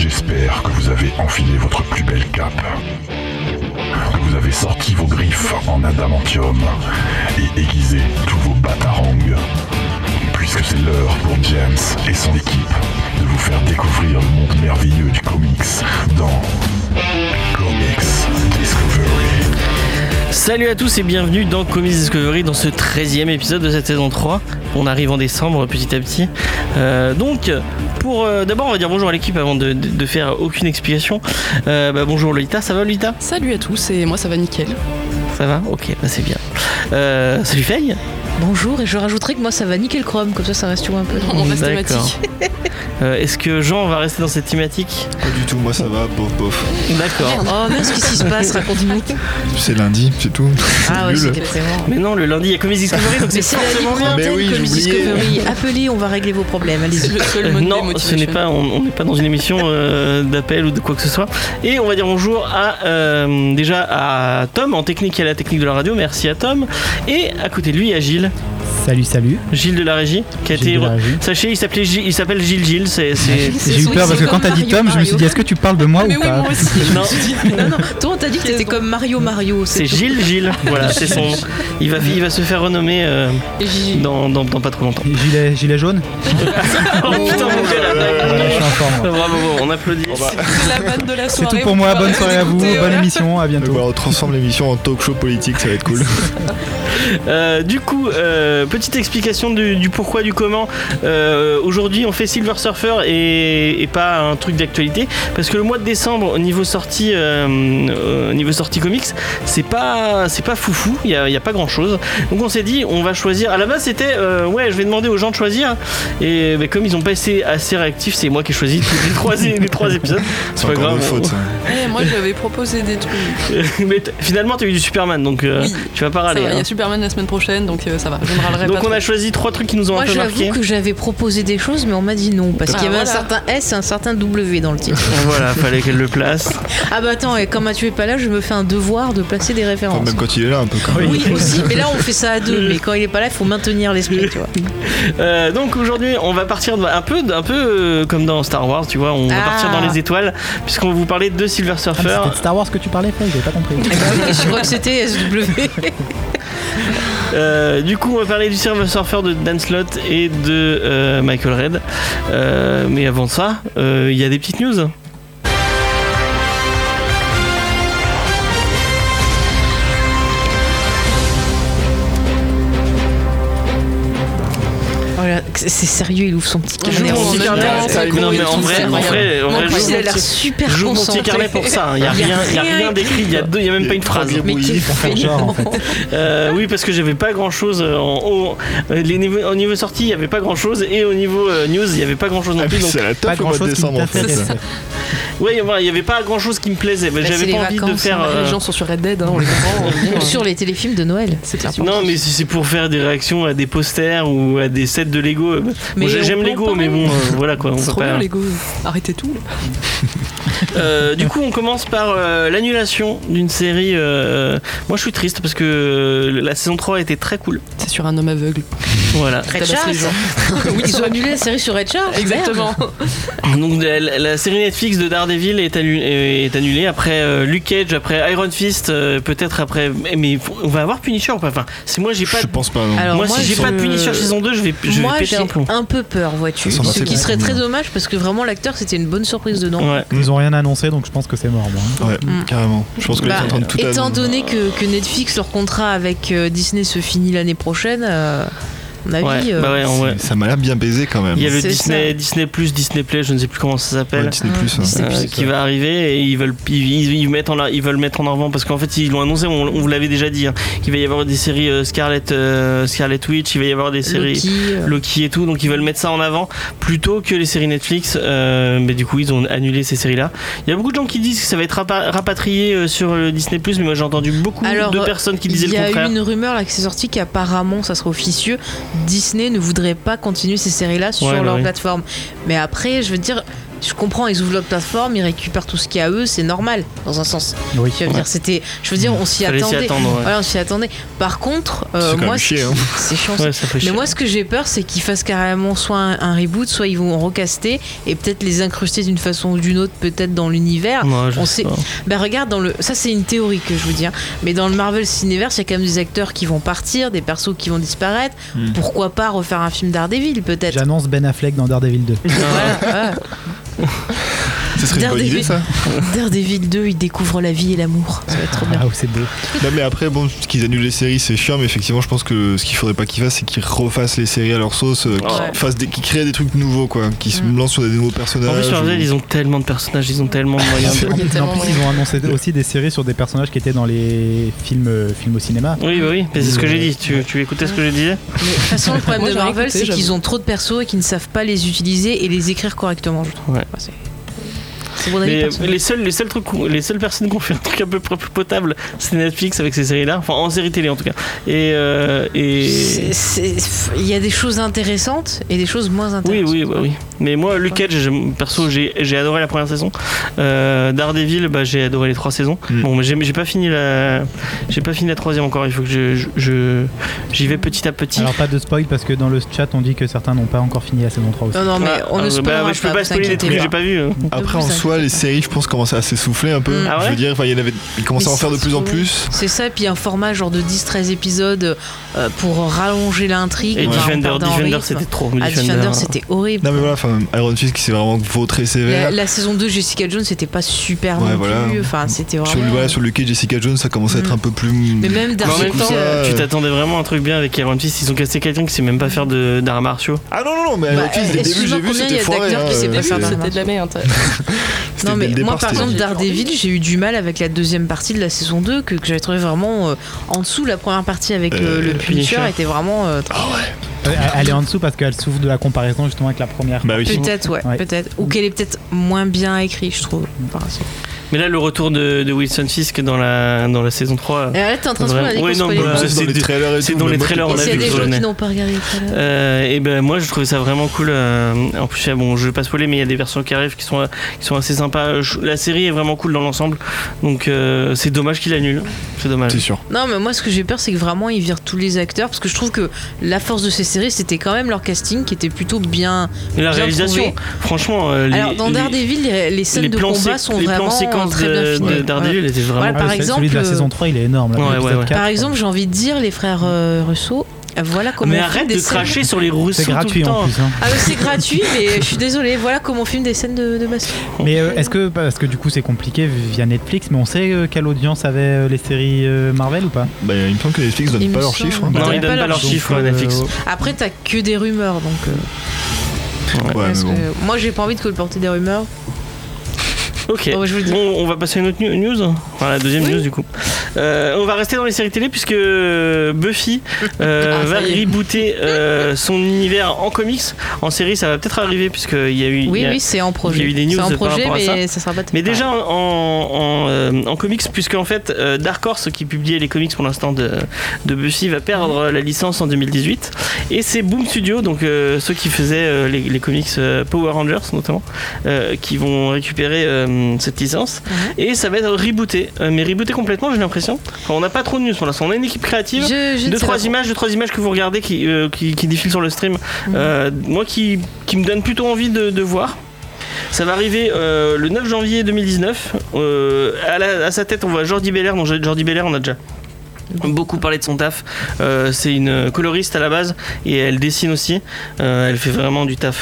J'espère que vous avez enfilé votre plus belle cape, que vous avez sorti vos griffes en adamantium et aiguisé tous vos batarangs, puisque c'est l'heure pour James et son équipe de vous faire découvrir le monde merveilleux du comics dans Comics Discovery. Salut à tous et bienvenue dans Comics Discovery, dans ce 13e épisode de cette saison 3. On arrive en décembre petit à petit. D'abord on va dire bonjour à l'équipe avant de faire aucune explication. Bonjour Lolita, ça va Lolita ? Salut à tous, et moi ça va nickel. Ça va ? Ok, c'est bien. Salut Faye. Bonjour, et je rajouterai que moi ça va nickel chrome, comme ça reste toujours un peu. On reste thématique. Est-ce que Jean va rester dans cette thématique ? Pas du tout, moi ça va, bof. D'accord. Oh mince, qu'est-ce qui se passe ? Raconte-nous. C'est lundi, c'est tout. Ah ouais, c'est forcément. Mais non, le lundi il y a Comics Discovery, donc c'est forcément bien. Mais oui, Comics Discovery. Appelez, on va régler vos problèmes. Allez-y. C'est le seul mode non, ce n'est pas, on n'est pas dans une émission d'appel ou de quoi que ce soit. Et on va dire bonjour déjà à Tom en technique et à la technique de la radio. Merci à Tom. Et à côté de lui, il y a Gilles. Salut. Gilles de la régie. Sachez, il s'appelle Gilles. J'ai eu peur parce que quand t'as dit Tom, je me suis dit est-ce que tu parles de moi ou pas ? Moi aussi. Non. Toi, on t'a dit que t'étais comme Mario. C'est Gilles. Voilà, c'est son. Il va se faire renommer dans pas trop longtemps. Gilet jaune. Oh putain, mon Dieu, la blague. Je suis en forme. Bravo, on applaudit. C'est la vanne de la soirée. C'est tout pour moi. Bonne soirée à vous. Bonne émission. À bientôt. On transforme l'émission en talk show politique, ça va être cool. Du coup, petite explication du pourquoi, du comment. Aujourd'hui, on fait Silver Surfer et pas un truc d'actualité, parce que le mois de décembre, au niveau sortie comics, c'est pas foufou. Il y a pas grand chose. Donc on s'est dit, on va choisir. À la base, c'était je vais demander aux gens de choisir. Et comme ils ont pas été assez réactifs, c'est moi qui ai choisi les trois épisodes. C'est pas grave. Faute, ça. Moi, j'avais proposé des trucs. Mais finalement, t'as eu du Superman, donc oui, tu vas pas râler. Il y a Superman la semaine prochaine, donc ça va. Je ne râlerai pas. Donc on a choisi 3 trucs qui nous ont un peu marqué. Moi, j'avoue que j'avais proposé des choses, mais on m'a dit non, parce qu'il y avait un certain S et un certain W dans le titre. Voilà, fallait qu'elle le place. Ah bah attends, et quand Mathieu est pas là, je me fais un devoir de placer des références. Même quand il est là, un peu quand même. Oui, aussi, mais là on fait ça à deux, mais quand il est pas là, il faut maintenir l'esprit, tu vois. Donc aujourd'hui, on va partir un peu comme dans Star Wars, tu vois, on va partir dans les étoiles, puisqu'on va vous parler de Silver Surfer. C'était de Star Wars que tu parlais, Faye, j'avais pas compris. Je crois que c'était SW. Du coup, on va parler du Silver Surfer de Dan Slott et de Michael Red. Mais avant ça, il y a des petites news. C'est sérieux, il ouvre son petit carnet. Non, mais en vrai, il a l'air super concentré. J'ouvre mon petit carnet pour ça. Il y a rien d'écrit. Il y a même pas une phrase. Mais pour faire genre, en fait. Oui, parce que j'avais pas grand chose au niveau sortie, il y avait pas grand chose, et au niveau news, il y avait pas grand chose non plus. C'est la top au mois de décembre en fait. Oui, il y avait pas grand chose qui me plaisait. J'avais pas envie de faire. Les gens sont sur Red Dead, on les comprend. Sur les téléfilms de Noël. Non, mais c'est pour faire des réactions à des posters ou à des sets de Lego. Bon, j'aime Lego, mais bon, voilà quoi. C'est trop bien Lego. Arrêtez tout. Du coup, on commence par l'annulation d'une série. Moi, je suis triste parce que la saison 3 était très cool. C'est sur un homme aveugle. Voilà. Red Shark. Oui, ils ont annulé la série sur Red Shark. Exactement. Donc la série Netflix de Daredevil est annulée après Luke Cage, après Iron Fist, peut-être après. Mais on va avoir Punisher ou pas ? Enfin, si moi j'ai pas. Je pense pas. Non. Alors, moi, si j'ai pas de Punisher saison 2, je vais péter un plomb. Un peu peur, vois-tu. Ce qui serait très dommage parce que vraiment l'acteur c'était une bonne surprise dedans. Ouais. Ils ont rien annoncé, donc je pense que c'est mort. Moi. Ouais, carrément. Je pense que les sont en train de tout annoncer. Étant donné que Netflix, leur contrat avec Disney se finit l'année prochaine. mon avis. Ça m'a l'air bien baisé quand même. Il y a le Disney Plus, Disney Play, je ne sais plus comment ça s'appelle. Ouais, Disney Plus, qui va arriver et ils veulent mettre en avant parce qu'en fait ils l'ont annoncé, on vous l'avait déjà dit, hein, qu'il va y avoir des séries Scarlet Witch, il va y avoir des séries Loki et tout, donc ils veulent mettre ça en avant plutôt que les séries Netflix. Mais du coup ils ont annulé ces séries là. Il y a beaucoup de gens qui disent que ça va être rapatrié sur Disney Plus, mais moi j'ai entendu beaucoup de personnes qui disaient le contraire. Il y a eu une rumeur là qui s'est sortie qu'apparemment ça serait officieux, Disney ne voudrait pas continuer ces séries là sur leur plateforme. Mais après je veux dire, je comprends, ils ouvrent leur plateforme, ils récupèrent tout ce qu'il y a à eux, c'est normal, dans un sens. Oui. Tu vas me dire, on s'y Fallait s'y attendait. attendre, ouais. Voilà, on s'y attendait. Par contre, C'est quand moi, même chier, hein. c'est chiant. Ouais, ça fait chier. Mais moi, ce que j'ai peur, c'est qu'ils fassent carrément soit un reboot, soit ils vont recaster et peut-être les incruster d'une façon ou d'une autre, peut-être dans l'univers. Ouais, je On sais sait. pas. Ben regarde, ça c'est une théorie que je vous dis, hein. Mais dans le Marvel Cineverse, il y a quand même des acteurs qui vont partir, des persos qui vont disparaître. Pourquoi pas refaire un film Daredevil, peut-être. J'annonce Ben Affleck dans Daredevil 2. Voilà. Ce serait une bonne idée, ça. Daredevil 2, il découvre la vie et l'amour. Ça va être trop bien. Ah, c'est beau. Non, mais après, bon, qu'ils annulent les séries, c'est chiant, mais effectivement, je pense que ce qu'il faudrait pas qu'ils fassent, c'est qu'ils refassent les séries à leur sauce, qu'ils créent des trucs nouveaux, quoi, qu'ils se lancent sur des nouveaux personnages. En plus, Marvel, ils ont tellement de personnages, ils ont tellement de moyens. En plus, ils ont annoncé aussi des séries sur des personnages qui étaient dans les films au cinéma. Oui, mais c'est ce que j'ai dit. Tu écoutais ce que je disais? Mais de toute façon, le problème Moi, de j'ai Marvel, écouté, c'est qu'ils j'avoue. ont trop de persos et qu'ils ne savent pas les utiliser et les écrire correctement, je trouve. Ouais. C'est mon avis Mais personnel. les seules personnes qui ont fait un truc un peu plus potable, c'est Netflix avec ces séries-là, enfin en série télé en tout cas. Et Il y a des choses intéressantes et des choses moins intéressantes. oui. Mais moi, Luke Cage, perso, j'ai adoré la première saison. Daredevil, j'ai adoré les 3 saisons. Bon, mais j'ai pas fini la troisième encore. Il faut que j'y vais petit à petit. Alors, pas de spoil parce que dans le chat, on dit que certains n'ont pas encore fini la saison 3 aussi. Non, mais on ne spoilera je peux pas vous spoiler des trucs que inquiétez j'ai pas vus. Après, en vous soi, les séries, je pense, commençaient à s'essouffler un peu. Ah ouais. Je veux dire, ils commençaient à en faire de plus en plus. C'est ça, puis un format genre de 10-13 épisodes pour rallonger l'intrigue. Et on Defender, perdait en rythme. c'était trop. Defender, c'était horrible. Non, mais voilà, Iron Fist qui s'est vraiment vautré sévère. La saison 2 Jessica Jones, c'était pas super Ouais, non voilà. plus. Enfin, c'était vraiment. Sur Luke Cage, Jessica Jones, ça commence à être un peu plus. Mais même Mais en même temps, Ouais. tu t'attendais vraiment à un truc bien avec Iron Fist. Ils ont casté quelqu'un qui sait même pas faire d'arts martiaux. Ah non, mais Iron Fist, dès le début, j'ai vu, combien il y c'était a foiré. d'acteurs qui hein, sait pas faire C'était de la merde. Non, mais dès le moi, départ, par c'était- exemple, Daredevil, j'ai eu du mal avec la deuxième partie de la saison 2 que j'avais trouvé vraiment en dessous. La première partie avec le Punisher Punisher. était vraiment. Elle est en dessous parce qu'elle souffre de la comparaison justement avec la première. Bah oui. Peut-être, ouais, Ouais. peut-être. Ou qu'elle est peut-être moins bien écrite, je trouve. Mais là, le retour de Wilson Fisk dans la saison 3. Et là, t'es en train de spoiler, allez, Ouais, qu'on non, spoil bah, pas. C'est dans les trailers et c'est tout, dans mais les moi, trailers, j'ai on pas a S'il y a vu des que gens je qui venais. n'ont pas regardé les trailers. Et ben moi je trouvais ça vraiment cool. En plus bon, je vais pas spoiler, mais il y a des versions qui arrivent qui sont assez sympas. La série est vraiment cool dans l'ensemble, donc c'est dommage qu'il annule. C'est dommage. C'est sûr. Non, mais moi, ce que j'ai peur, c'est que vraiment ils virent tous les acteurs, parce que je trouve que la force de ces séries, c'était quand même leur casting qui était plutôt bien. Et la bien réalisation, trouvé. franchement. Alors, dans Daredevil, les scènes de combat sont les plans vraiment séquences très bien de filmées. Daredevil étaient vraiment. Voilà, par exemple, celui de la saison 3, il est énorme. Là, Ouais, l'épisode ouais. 4. Par exemple, j'ai envie de dire, les frères Russo, voilà comment Mais on filme arrête des de scènes. cracher sur les Rousseau C'est tout le gratuit en temps. plus. Hein. Ah, mais c'est gratuit, mais je suis désolée, voilà comment on filme des scènes de baston. Mais est-ce que, parce que du coup c'est compliqué via Netflix, mais on sait quelle audience avait les séries Marvel ou pas? Bah, il me semble que Netflix donne Il pas me leurs semble. chiffres. hein. Non, Ils ils donnent pas leurs Donc, chiffres Netflix. Après, t'as que des rumeurs, donc. Ouais, parce mais bon. que moi, j'ai pas envie de colporter des rumeurs. Ok, Oh, je vous le dis. bon, on va passer à une autre news. Enfin, la deuxième news du coup. On va rester dans les séries télé puisque Buffy va y est. rebooter son univers en comics. En série, ça va peut-être arriver puisqu'il y a eu. Oui, il y a- oui, c'est en projet. il y a eu des news c'est en par projet, rapport à mais ça sera pas. Mais déjà en comics, puisque en fait Dark Horse qui publiait les comics pour l'instant de Buffy va perdre la licence en 2018 et c'est Boom Studio, donc ceux qui faisaient les comics Power Rangers notamment, qui vont récupérer cette licence et ça va être rebooté, mais rebooté complètement, j'ai l'impression. Enfin, on n'a pas trop de news pour l'instant, on a une équipe créative. Je ne Deux sais trois pas. images que vous regardez qui défilent sur le stream, moi qui me donne plutôt envie de voir. Ça va arriver le 9 janvier 2019. À sa tête, on voit Jordi Belair. Donc Jordi Belair, on a déjà beaucoup parlé de son taf. C'est une coloriste à la base et elle dessine aussi. Elle fait vraiment du taf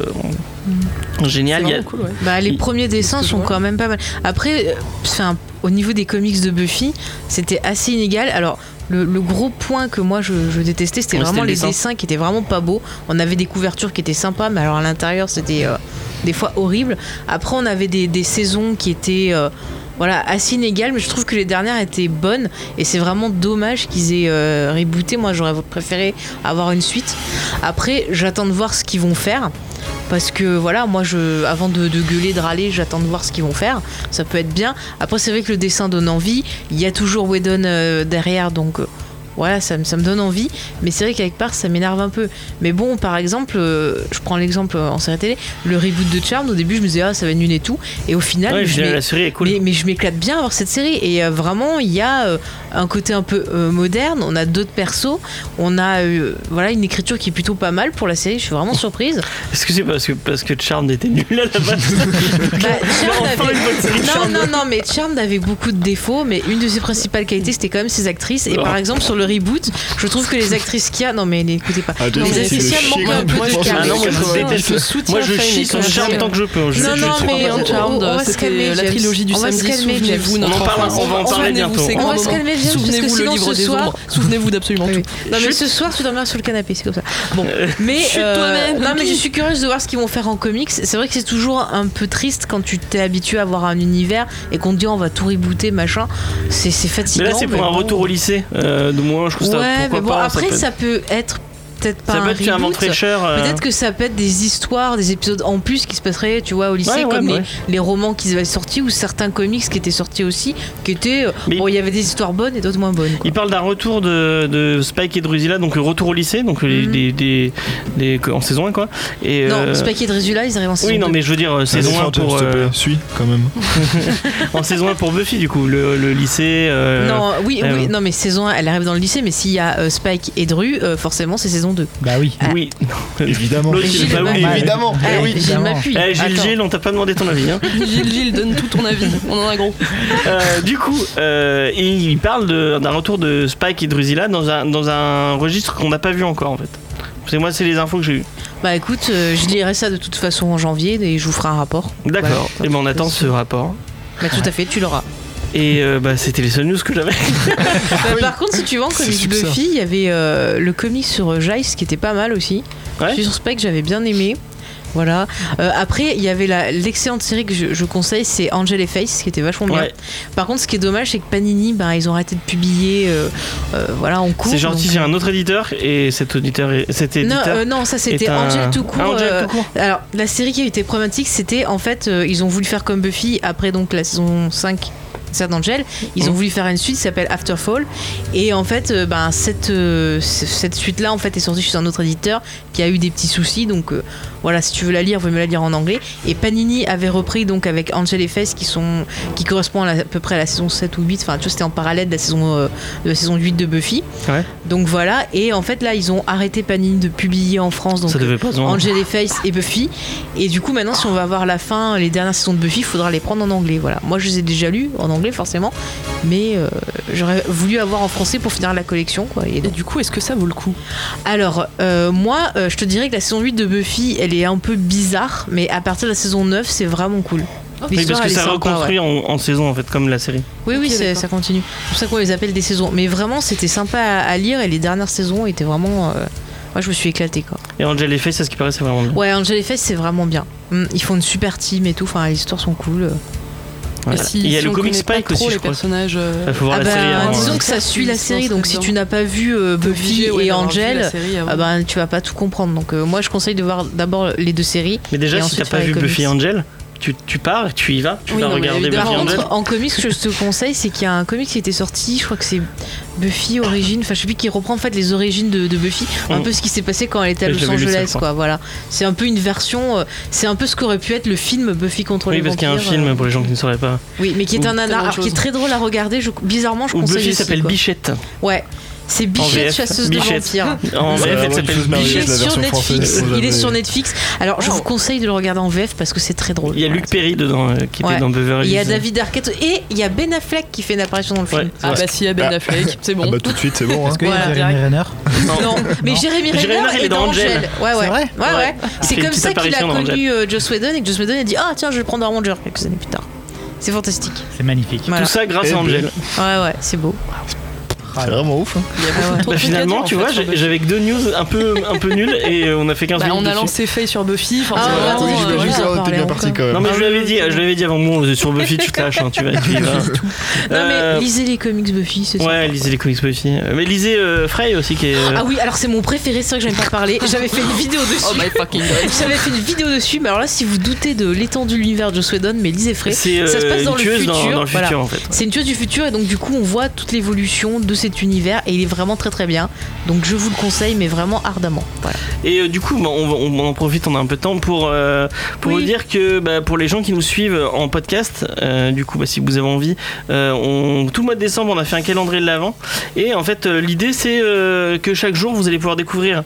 génial. C'est Il y a- vraiment cool, ouais. Bah, les premiers dessins que je sont vois. quand même pas mal. Après, au niveau des comics de Buffy, c'était assez inégal. Alors, le gros point que moi je détestais, c'était Ouais, vraiment c'était le les dessin. dessins qui étaient vraiment pas beaux. On avait des couvertures qui étaient sympas, mais alors à l'intérieur, c'était des fois horrible. Après, on avait des saisons qui étaient voilà, assez inégales, mais je trouve que les dernières étaient bonnes et c'est vraiment dommage qu'ils aient rebooté. Moi, j'aurais préféré avoir une suite. Après, j'attends de voir ce qu'ils vont faire. Parce que voilà, moi avant de gueuler, de râler, j'attends de voir ce qu'ils vont faire. Ça peut être bien. Après, c'est vrai que le dessin donne envie. Il y a toujours Whedon derrière, donc voilà, ça me donne envie, mais c'est vrai qu'avec part ça m'énerve un peu. Mais bon, par exemple, je prends l'exemple en série télé, le reboot de Charmed, au début je me disais ça va être nul et tout, et au final, la série est cool. mais je m'éclate bien à voir cette série, et vraiment il y a un côté un peu moderne, on a d'autres persos, on a voilà, une écriture qui est plutôt pas mal pour la série, je suis vraiment surprise. Est-ce que c'est parce que Charmed était nul à la base? Non, mais Charmed avait beaucoup de défauts, mais une de ses principales qualités c'était quand même ses actrices, et par exemple sur le reboot, je trouve que les actrices qu'il y a, non mais n'écoutez pas, les actrices qu'il y a manquent un peu de Ah non, moi je déteste. Moi je chie sur Charmed tant que je peux. Non, mais Charmed, c'était la trilogie du samedi. Souvenez-vous, on va en parler bientôt. On va se calmer, souvenez-vous le livre des ombres, souvenez-vous d'absolument tout. Non mais ce soir tu dormiras sur le canapé, c'est comme ça. Bon, mais non mais je suis curieuse de voir ce qu'ils vont faire en comics. C'est vrai que c'est toujours un peu triste quand tu t'es habitué à avoir un univers et qu'on te dit on va tout rebooter machin. C'est fatigant. Mais là c'est pour un retour au lycée. De moi je trouve ça. Ouais, mais bon après ça peut être peut-être pas un reboot. Peut-être que ça peut être des histoires, des épisodes en plus qui se passeraient, tu vois, au lycée, comme les romans qui avaient sorti ou certains comics qui étaient sortis aussi, qui étaient bon, il y avait des histoires bonnes et d'autres moins bonnes. Il parle d'un retour de Spike et Drusilla, donc le retour au lycée, donc en saison 1 quoi. Et non, Spike et Drusilla, ils arrivent en saison 2. Oui, non, mais je veux dire saison 1 pour suis quand même. En saison 1 pour Buffy du coup, le lycée. Non, oui, non, mais saison 1, elle arrive dans le lycée, mais s'il y a Spike et Dru, forcément c'est saison 2. Bah oui. Oui. Évidemment. Évidemment. Gilles m'appuie. Gilles, on t'a pas demandé ton avis. Hein. Gilles, donne tout ton avis. On en a gros. Du coup, il parle d'un retour de Spike et Drusilla dans un registre qu'on n'a pas vu encore en fait. C'est les infos que j'ai eues. Bah écoute, je lirai ça de toute façon en janvier et je vous ferai un rapport. D'accord. Voilà. Et ben on attend ce rapport. Bah tout à fait, tu l'auras. Et c'était les seules news que j'avais. Par contre, si tu vois en comics Buffy, il y avait le comics sur Giles qui était pas mal aussi. Celui sur Spike, j'avais bien aimé. Voilà. Après, il y avait l'excellente série que je conseille, c'est Angel et Face, qui était vachement bien. Par contre, ce qui est dommage, c'est que Panini, ils ont arrêté de publier voilà, en cours. C'est gentil, j'ai un autre éditeur et cet éditeur. Non, ça c'était Angel tout court. Angel tout court. Alors, la série qui a été problématique, c'était en fait, ils ont voulu faire comme Buffy après donc la saison 5. D'Angel, ils ont voulu faire une suite qui s'appelle Afterfall, et en fait cette suite là en fait est sortie chez un autre éditeur qui a eu des petits soucis, donc voilà, si tu veux la lire, vaut mieux la lire en anglais. Et Panini avait repris donc avec Angel et Face qui correspond à peu près à la saison 7 ou 8, enfin tu vois, c'était en parallèle de la saison 8 de Buffy. Donc voilà, et en fait là ils ont arrêté Panini de publier en France, donc Angel et Face et Buffy, et du coup maintenant si on va voir la fin, les dernières saisons de Buffy, il faudra les prendre en anglais. Voilà, moi je les ai déjà lus en anglais forcément, mais j'aurais voulu avoir en français pour finir la collection quoi. Et du coup, est-ce que ça vaut le coup? Alors moi je te dirais que la saison 8 de Buffy elle est un peu bizarre, mais à partir de la saison 9 c'est vraiment cool. Oui, parce que ça reconstruit en saison en fait, comme la série. Oui, ça continue. C'est pour ça qu'on les appelle des saisons, mais vraiment c'était sympa à lire, et les dernières saisons étaient vraiment moi je me suis éclatée quoi. Et Angel et Face, c'est ce qui paraît, c'est vraiment bien. Ouais, Angel et Face c'est vraiment bien. Ils font une super team et tout, enfin les histoires sont cool. Voilà. Il y a le comic Spike aussi, je crois. Personnages, il faut voir la série. Disons que ça suit la série, donc si tu n'as pas vu Buffy et Angel, tu vas pas tout comprendre. Donc moi je conseille de voir d'abord les deux séries. Mais déjà, si t'as pas vu Buffy et Angel, tu pars, tu y vas, tu vas regarder Buffy et Angel. En comics, ce que je te conseille, c'est qu'il y a un comic qui était sorti, je crois que c'est Buffy Origins, enfin je sais plus, qui reprend en fait les origines de Buffy, un peu ce qui s'est passé quand elle était à Los Angeles, quoi. Voilà, c'est un peu une version, c'est un peu ce qu'aurait pu être le film Buffy contre les vampires. Oui, parce qu'il y a un film pour les gens qui ne sauraient pas. Oui, mais qui est un nanar, qui est très drôle à regarder. Bizarrement, je conseille. Buffy s'appelle Bichette. Ouais. C'est Bichette, chasseuse de vampires. En VF, elle s'appelle Bichette. Sur Netflix. Il est sur Netflix. Alors, je vous conseille de le regarder en VF parce que c'est très drôle. Il y a Luc Perry dedans qui était dans Beverly Hills. Il y a David Arquette et il y a Ben Affleck qui fait une apparition dans le film. Ah bah s'il y a Ben Affleck, c'est bon. Ah bah tout de suite, c'est bon. Est-ce qu'il y a Jeremy Renner? Non, mais Jeremy Renner il est dans Angel. Ouais. C'est comme ça qu'il a connu Joss Whedon, et que Joss Whedon a dit ah tiens, je vais le prendre Ranger quelques années plus tard. C'est fantastique. C'est magnifique. Tout ça grâce à Angel. Ouais, c'est beau. C'est vraiment ouf. Finalement, tu vois, j'avais que deux news un peu nulles et on a fait 15 minutes. On a lancé Faye sur Buffy. T'es bien parti quand même. Non, mais je l'avais dit avant, bon, sur Buffy, tu te lâches, tu vas. Non, mais lisez les comics Buffy, c'est ça. Ouais, lisez les comics Buffy. Mais lisez Frey aussi, qui est. Ah oui, alors c'est mon préféré, c'est vrai que j'en ai pas parlé. J'avais fait une vidéo dessus. Oh my fucking god. J'avais fait une vidéo dessus, mais alors là, si vous doutez de l'étendue de l'univers de Joss Whedon, mais lisez Frey. Ça se passe dans le futur. En fait. C'est une tueuse du futur, et donc du coup, on voit toute l'évolution de ses cet univers et il est vraiment très très bien. Donc je vous le conseille, mais vraiment ardemment. Voilà. Et du coup, on en profite, on a un peu de temps pour vous dire que pour les gens qui nous suivent en podcast, du coup, si vous avez envie, tout le mois de décembre, on a fait un calendrier de l'Avent. Et en fait, l'idée, c'est que chaque jour, vous allez pouvoir découvrir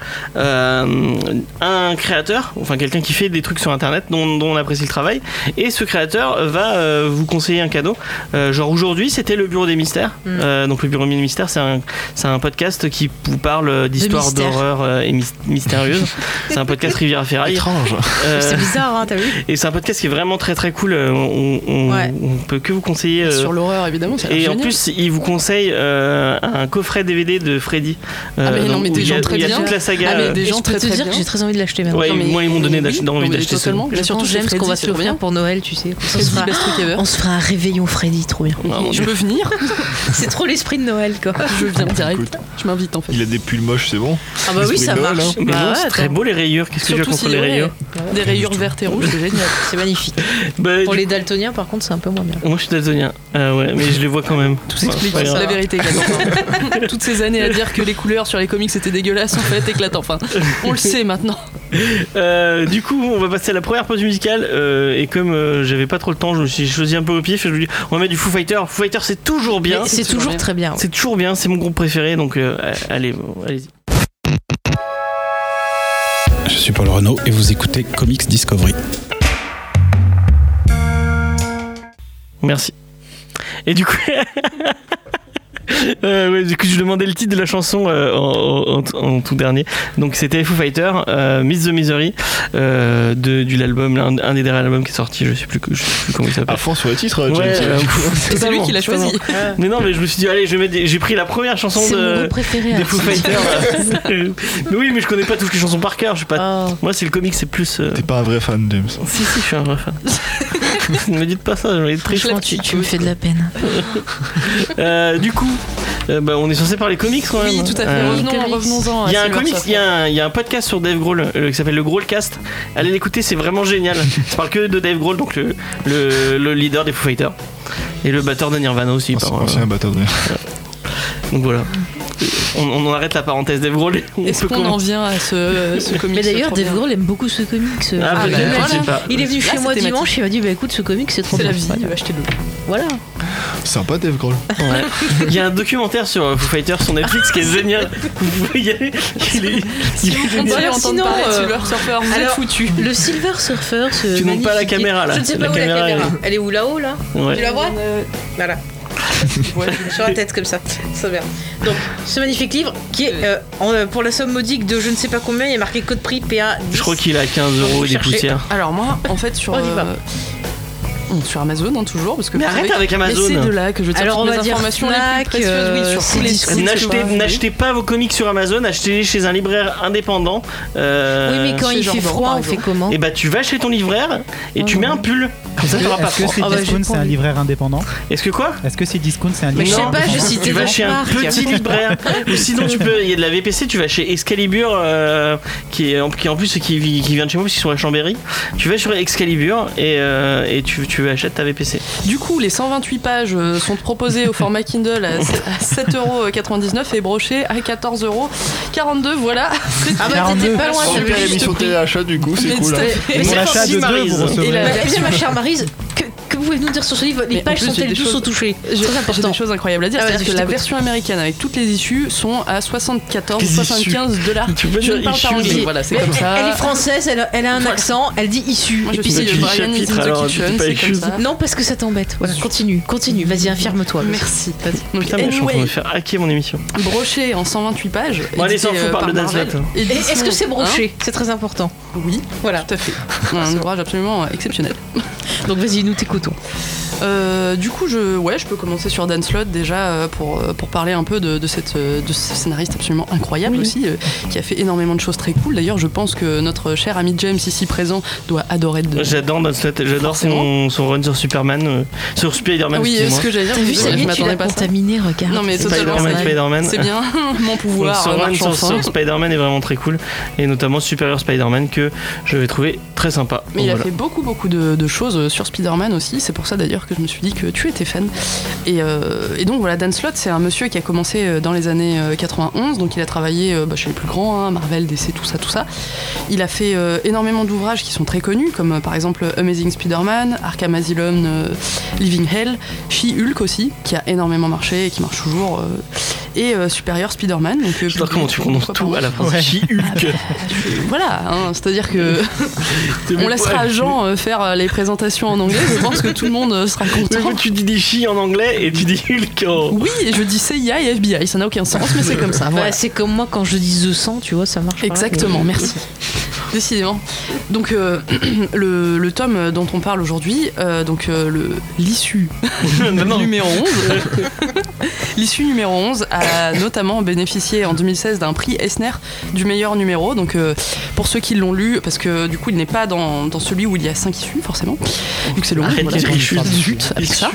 un créateur, enfin quelqu'un qui fait des trucs sur Internet dont on apprécie le travail. Et ce créateur va vous conseiller un cadeau. Genre aujourd'hui, c'était le Bureau des Mystères. Donc le Bureau des Mystères, c'est un podcast qui vous parle d'histoires d'horreur et mystérieuses. C'est un podcast Riviera Ferraille. Étrange. C'est bizarre, hein, t'as vu? Et c'est un podcast qui est vraiment très très cool. On peut que vous conseiller. Sur l'horreur, évidemment. Ça a l'air Et en génial. plus, il vous conseille un coffret DVD de Freddy. mais non, mais des gens très Il y a bien. toute la saga. Ah, mais des Et gens je peux très te très dire bien. que j'ai très envie de l'acheter maintenant. Ouais, Non, mais moi ils m'ont donné oui, envie non, mais d'acheter ça. totalement. Mais Je surtout, pense chez j'aime ce qu'on va Freddy, se c'est trop faire bien. pour Noël, tu sais. Freddy, best truc ever. On se fera un réveillon Freddy, trop bien. Je peux venir. C'est trop l'esprit de Noël, quoi. Je viens direct. Écoute. Je m'invite en fait. Il a des pulls moches, c'est bon. Ah bah oui, Esprit ça de Noël, marche. hein. Mais Bah non, ouais, c'est très attends. beau les rayures. Qu'est-ce que j'ai Surtout contre si les rayures? des rayures vertes et rouges, c'est génial. C'est magnifique. Bah, Pour du- les daltoniens, par contre, c'est un peu moins bien. Moi je suis daltonien. Ouais, mais je les vois quand même. Tout Explique pas grave. la vérité, éclatant. Toutes ces années à dire que les couleurs sur les comics c'était dégueulasse, en fait, éclatant. Enfin, on le sait maintenant. Du coup, on va passer à la première pause musicale. Et comme j'avais pas trop le temps, je me suis choisi un peu au pif. Et je me dis, on va mettre du Foo Fighter. Foo Fighter, c'est toujours bien. Mais c'est toujours bien. très bien. C'est toujours bien. C'est mon groupe préféré. Donc, allez-y. Je suis Paul Renaud et vous écoutez Comics Discovery. Merci. Et du coup. Du coup, je demandais le titre de la chanson en tout dernier. Donc, c'était Foo Fighter, Miss the Misery, de l'album, un des derniers albums qui est sorti. Je sais plus comment il s'appelle. À fond sur le titre, Ouais, James. C'est lui qui l'a choisi. Mais non, mais je me suis dit, allez, j'ai pris la première chanson C'est mon groupe préféré. des hein. Foo Fighters. Mais oui, mais je connais pas toutes les chansons par cœur. Je suis pas. Oh. Moi, c'est le comic, c'est plus. T'es pas un vrai fan, James. Si, je suis un vrai fan. Ne me dites pas ça, je vais être très Franchement, gentil. tu me fais de la peine. Du coup, on est censé parler comics quand même. Oui, tout à fait. Revenons-en. Il y a à un Silver comics, Surfer. il y a un podcast sur Dave Grohl qui s'appelle le Grohlcast. Allez l'écouter, c'est vraiment génial. Ça parle que de Dave Grohl, donc le leader des Foo Fighters et le batteur de Nirvana aussi. C'est un batteur de Donc voilà. On arrête la parenthèse Dave Grohl. Est-ce qu'on en vient à ce comics? Mais d'ailleurs, trop Dave bien. Grohl aime beaucoup ce comics. Ah, bah, peut-être, voilà. je sais pas. Il est venu Là, chez c'est moi thématique. dimanche, il m'a dit bah écoute ce comics c'est trop C'est bien. la vie, achetez-le. Voilà. Sympa, Dave Grohl. Ouais. Il y a un documentaire sur Foo Fighters sur Netflix qui est génial. Vous pouvez y aller. Il est Si vous génial. continuez à entendre Sinon, parler de Silver Surfer, vous êtes alors, foutus. Le Silver Surfer, ce Tu montes pas la magnifique- caméra, là. Je ne sais La pas où caméra, la caméra. Elle est où là-haut là Ouais. Tu la vois Voilà. Sur la tête comme ça. C'est bien. Donc, ce magnifique livre qui est pour la somme modique de je ne sais pas combien, il y a marqué code prix PA 10. Je crois qu'il a 15 € et des Chercher. poussières. Alors moi, en fait, sur On y va. sur Amazon, hein, toujours, parce que Mais vous arrête savez avec que- Amazon. Mais c'est de là que je tire Alors, on toutes va mes dire informations les Fnac, plus précieuses, oui, sur tous les Cdiscount. sites. N'achetez pas vos comics sur Amazon, achetez-les chez un libraire indépendant. Oui, mais quand chez il fait Jordan, froid, par on fait exemple. comment Et bah tu vas chez ton libraire et tu mets un pull. Comme ça t'auras pas Est-ce que froid. c'est Ah bah, j'ai Discount, pas c'est un envie. libraire indépendant? Est-ce que quoi? Est-ce que c'est Discount, c'est un Mais je libraire sais pas, indépendant? je cite Tu vas chez un petit libraire. Ou sinon tu peux, il y a de la VPC, tu vas chez Excalibur qui est en plus qui vient de chez moi parce qu'ils sont à Chambéry. Tu vas sur Excalibur et tu achètes ta VPC. Du coup, les 128 pages sont proposées au format Kindle à 7,99€ et brochées à 14,42€. Voilà. Ah bah 42. t'étais pas loin de Super le émission téléachat, du coup, c'est Mais cool. tout à hein. fait. Mais Pour c'est l'achat gentil, de deux, Maryse. vous recevez. Et la- Eh bien, ma chère Maryse, que pouvez-vous nous dire sur ce livre? Les Mais en pages plus, j'ai sont-elles des douces choses- au toucher? J'ai Très j'ai important. des choses incroyables à dire. Ah, C'est-à-dire vas-y, que je la t'écoute. version américaine avec toutes les issues sont à 74,75$. Tu peux Je dire ne parle pas issues. anglais. Voilà, c'est Mais comme ça. elle est française, elle a un Voilà. accent, elle dit issu. Moi, Et je puis suis c'est tu dis Brian is in chapitre, the alors, kitchen, tu dis pas c'est comme issues. ça. Non, parce que ça t'embête. Voilà, continue, vas-y, affirme-toi. Merci. Vas-y. Putain, mais je suis en train de me faire hacker mon émission. Broché en 128 pages. Bon, allez, édité, s'en fout, parle par de Dance Marvel. Lot. Et est-ce que c'est Édition, broché? C'est très important. hein. Oui, Voilà. tout à fait. Un ouvrage absolument exceptionnel. Donc vas-y, nous t'écoutons. Du coup, je peux commencer sur Dan Slott déjà pour parler un peu de ce scénariste absolument incroyable aussi, qui a fait énormément de choses très cool. D'ailleurs, je pense que notre cher ami James ici présent doit adorer de. J'adore Dance Lot, j'adore son run sur Superman, sur Spider-Man. Ah oui, excusez-moi. ce que j'allais dire, T'as vu, je ça y est, tu m'attendais l'as pas à ça. contaminé, regarde. Non mais totalement, Spider-Man. c'est bien. Mon Donc, pouvoir son run marche sur enfin. Spider-Man est vraiment très cool, et notamment Superior Spider-Man que je vais trouver très sympa. Mais il a Voilà. fait beaucoup de choses sur Spider-Man aussi. aussi. C'est pour ça d'ailleurs que je me suis dit que tu étais fan. Et donc voilà, Dan Slott, c'est un monsieur qui a commencé dans les années 91. Donc il a travaillé chez les plus grands, Marvel, DC, tout ça. Il a fait énormément d'ouvrages qui sont très connus, comme par exemple Amazing Spider-Man, Arkham Asylum, Living Hell, She-Hulk aussi, qui a énormément marché et qui marche toujours, et Superior Spider-Man. Donc, je sais pas comment tu prononces tout à la fin. She-Hulk. Voilà, c'est-à-dire que on laissera Jean faire les présentations en anglais. Je pense que tout le monde sera content. Mais tu dis She en anglais et tu dis Hulk en... Oui, et je dis CIA et FBI. Ça n'a aucun sens, mais c'est comme ça. Voilà. C'est comme moi quand je dis The 100, tu vois, ça marche. Exactement, merci. Décidément. Donc le tome dont on parle aujourd'hui, l'issue numéro 11, l'issue numéro 11 a notamment bénéficié en 2016 d'un prix Eisner du meilleur numéro. Donc pour ceux qui l'ont lu, parce que du coup il n'est pas dans celui où il y a 5 issues forcément, vu que c'est long. Zut avec ça.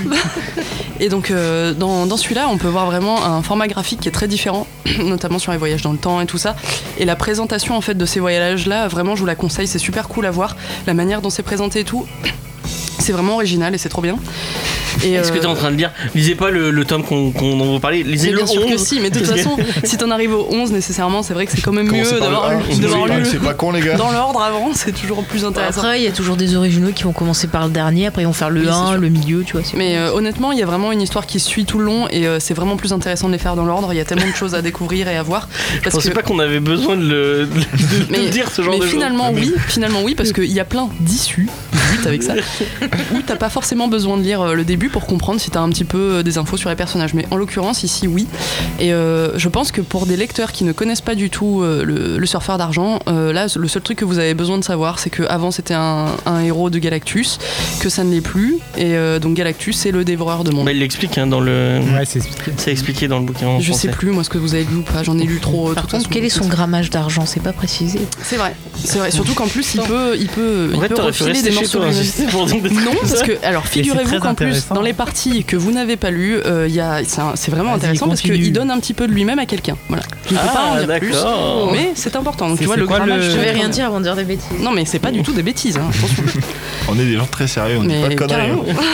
Et donc dans celui-là, on peut voir vraiment un format graphique qui est très différent, notamment sur les voyages dans le temps et tout ça. Et la présentation en fait de ces voyages-là, vraiment je vous la conseille, c'est super cool à voir. La manière dont c'est présenté et tout, c'est vraiment original et c'est trop bien. Est-ce que t'es en train de dire, lisez pas le tome qu'on en vous parlait, lisez le 11. Bien sûr que si, mais de toute façon, si t'en arrives au 11 nécessairement, c'est vrai que c'est quand même mieux d'avoir lu c'est pas con les gars. Dans l'ordre avant, c'est toujours plus intéressant. Après, il y a toujours des originaux qui vont commencer par le dernier, après ils vont faire le 1, le milieu, tu vois. Mais honnêtement, il y a vraiment une histoire qui suit tout le long et c'est vraiment plus intéressant de les faire dans l'ordre. Il y a tellement de choses à découvrir et à voir. Je pensais pas qu'on avait besoin de dire ce genre de choses. Finalement oui, parce qu'il y a plein d'issues, vite avec ça, où t'as pas forcément besoin de lire le début pour comprendre si t'as un petit peu des infos sur les personnages. Mais en l'occurrence, ici, oui. Et je pense que pour des lecteurs qui ne connaissent pas du tout le surfeur d'argent, là, le seul truc que vous avez besoin de savoir, c'est qu'avant, c'était un héros de Galactus, que ça ne l'est plus. Et donc, Galactus, c'est le dévoreur de monde. Bah, il l'explique dans le... Ouais, c'est expliqué. C'est expliqué dans le bouquin. Je sais plus, moi, ce que vous avez lu ou pas. J'en ai lu trop. Par contre, quel est son grammage d'argent? C'est pas précisé. C'est vrai. Surtout qu'en plus, il peut refiler des morceaux. Non, parce que, alors, figurez-vous qu'en plus, dans les parties que vous n'avez pas lues, c'est vraiment intéressant parce qu'il donne un petit peu de lui-même à quelqu'un. Voilà. Je ne peux pas en dire plus, mais c'est important. Donc, tu vois, le grammage. Je vais rien dire avant de dire des bêtises. Non, mais c'est pas du tout des bêtises, attention. On est des gens très sérieux, on dit pas de conneries.